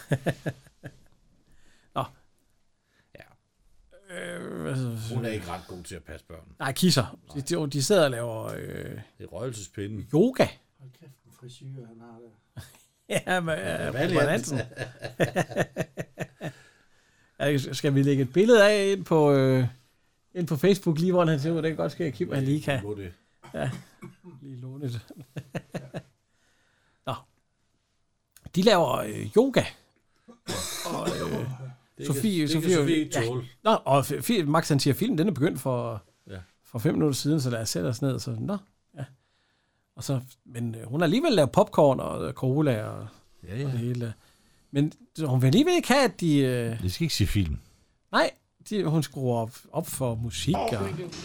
S1: Nå.
S2: Ja. Hun er ikke ret god til at passe børn.
S1: Nej, kisser. De sidder og laver...
S2: Det er røgelsespinde.
S1: Yoga.
S7: Hold kæft, en frisyr, han har der.
S1: Ja, men skal vi lægge et billede af ind på Facebook, lige hvor han ser ud? Det kan godt ske, at Kim han lige kan. Ja, lige låne det. Nå. De laver yoga. Og Sofie tåle. Nå, og Max han siger, filmen den er begyndt for 5 minutter siden, så lad os sætte os ned. Så, ja. Og så, men hun har alligevel lavet popcorn og cola og det hele. Men hun vil alligevel ikke have, at de...
S2: Det skal ikke sige film.
S1: Nej, hun skruer op for musik. Og...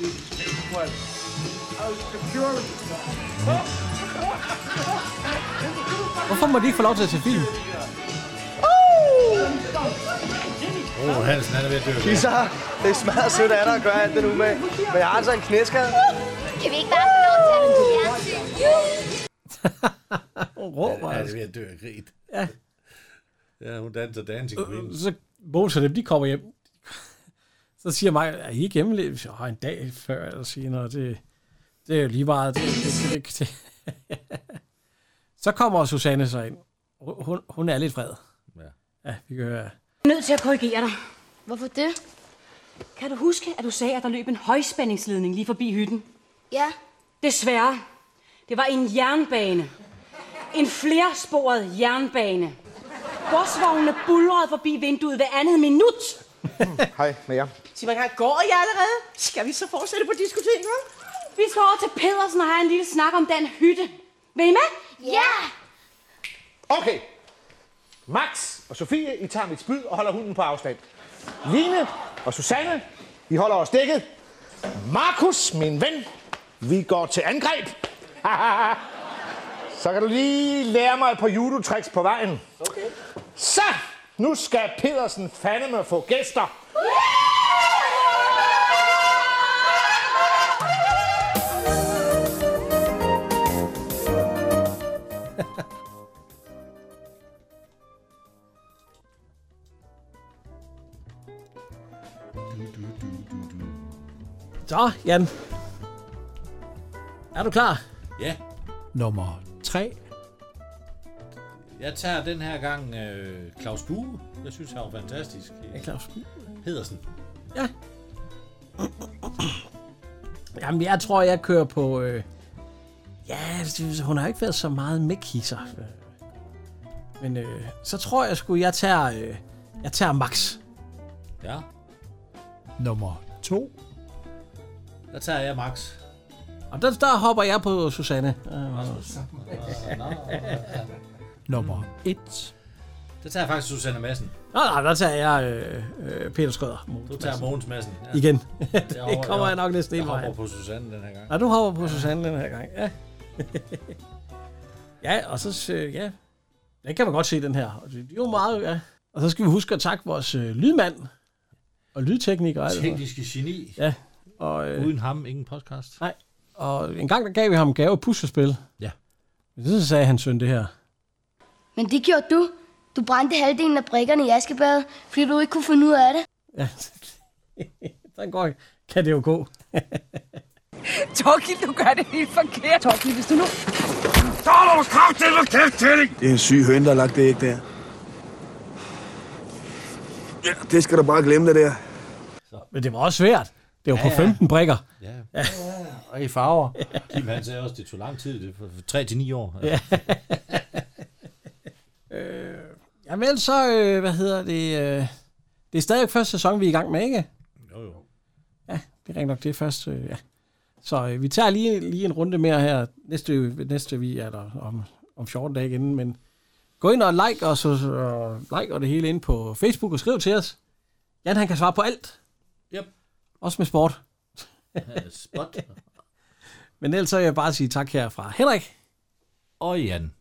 S1: Hvorfor må de ikke få lov til at se film?
S2: Hansen, han er ved at dø.
S15: Kisser, det er smadret sødt af dig at gøre alt det nu med. Men jeg har altså en knæskade.
S3: Kan vi ikke bare få lov til at
S1: Hun råber.
S2: Han er ved at dø af grin.
S1: Ja.
S2: Ja, hun danser Dancing Queen.
S1: Så Mogens og dem, de kommer hjem. Så siger mig, er I ikke hjemme? En dag før, eller sige noget. Det er jo lige meget. Så kommer Susanne så ind. Hun er lidt vred. Ja, vi kan høre.
S4: Jeg er nødt til at korrigere dig.
S10: Hvorfor det?
S4: Kan du huske, at du sagde, at der løb en højspændingsledning lige forbi hytten?
S10: Ja.
S4: Desværre. Det var en jernbane. En flersporet jernbane. Godsvognene bulrede forbi vinduet hver andet minut.
S6: Hej med jer.
S5: Sig mig, går I allerede? Skal vi så fortsætte på diskoteket?
S4: Vi skal over til Pedersen og have en lille snak om den hytte. Vil I med?
S10: Ja!
S6: Okay. Max og Sofie, I tager mit spyd og holder hunden på afstand. Line og Susanne, I holder os dækket. Markus, min ven, vi går til angreb. Så kan du lige lære mig et par judo-tricks på vejen.
S15: Okay.
S6: Så Nu skal Pedersen fandeme få gæster.
S1: Så, Jan. Er du klar?
S2: Ja.
S1: Nummer 3.
S2: Jeg tager den her gang Claus Bue. Jeg synes, han var fantastisk.
S1: Ja, Claus Bue.
S2: Pedersen.
S1: Ja. Jamen, jeg tror, jeg kører på... hun har ikke været så meget med kisser. Men så tror jeg sgu, jeg tager Max.
S2: Ja.
S1: Nummer 2.
S2: Der tager jeg Max.
S1: Og der hopper jeg på Susanne. Nummer 1.
S2: Der tager jeg faktisk Susanne Madsen.
S1: Nej, der tager jeg Peter Skrøder.
S2: Du tager Mogens Madsen.
S1: Ja. Igen. Det kommer jeg nok næsten
S2: ind.
S1: Jeg
S2: hopper på Susanne den her gang.
S1: Ja, du hopper på Susanne den her gang. Ja. Ja, og så... Ja, det kan man godt se, den her. Det er jo meget... Ja. Og så skal vi huske at takke vores lydmand og lydtekniker.
S2: Tekniske geni.
S1: Ja. Og,
S2: uden ham, ingen podcast.
S1: Nej. Og en gang der gav vi ham gave puslespil.
S2: Ja.
S1: Så sagde han søn det her.
S10: Men det gjorde du. Du brændte halvdelen af brikkerne i Askebadet, fordi du ikke kunne finde ud af det.
S1: Ja, der kan det jo gå.
S13: Torkild, du gør det helt forkert. Torkild, hvis du nu...
S17: Så er du kraft til at kæft til dig! Det er en syg høn, der har lagt det æg der. Ja, det skal du bare glemme det der.
S1: Men det var også svært. Det var på 15 brikker.
S2: Ja. Og i farver. Kim, han sagde også, det tog lang tid. Det var 3 til 9 år.
S1: Ja. Jamen så, det er stadig første sæson, vi er i gang med, ikke?
S2: Jo.
S1: Ja, det er rigtig nok det første, ja. Så vi tager lige en runde mere her. Næste vi er der om 14 dage igen, men gå ind og like os, og like og det hele ind på Facebook og skriv til os. Jan, han kan svare på alt.
S2: Yep.
S1: Også med sport.
S2: Spot.
S1: Men ellers så vil jeg bare sige tak her fra Henrik.
S2: Og Jan.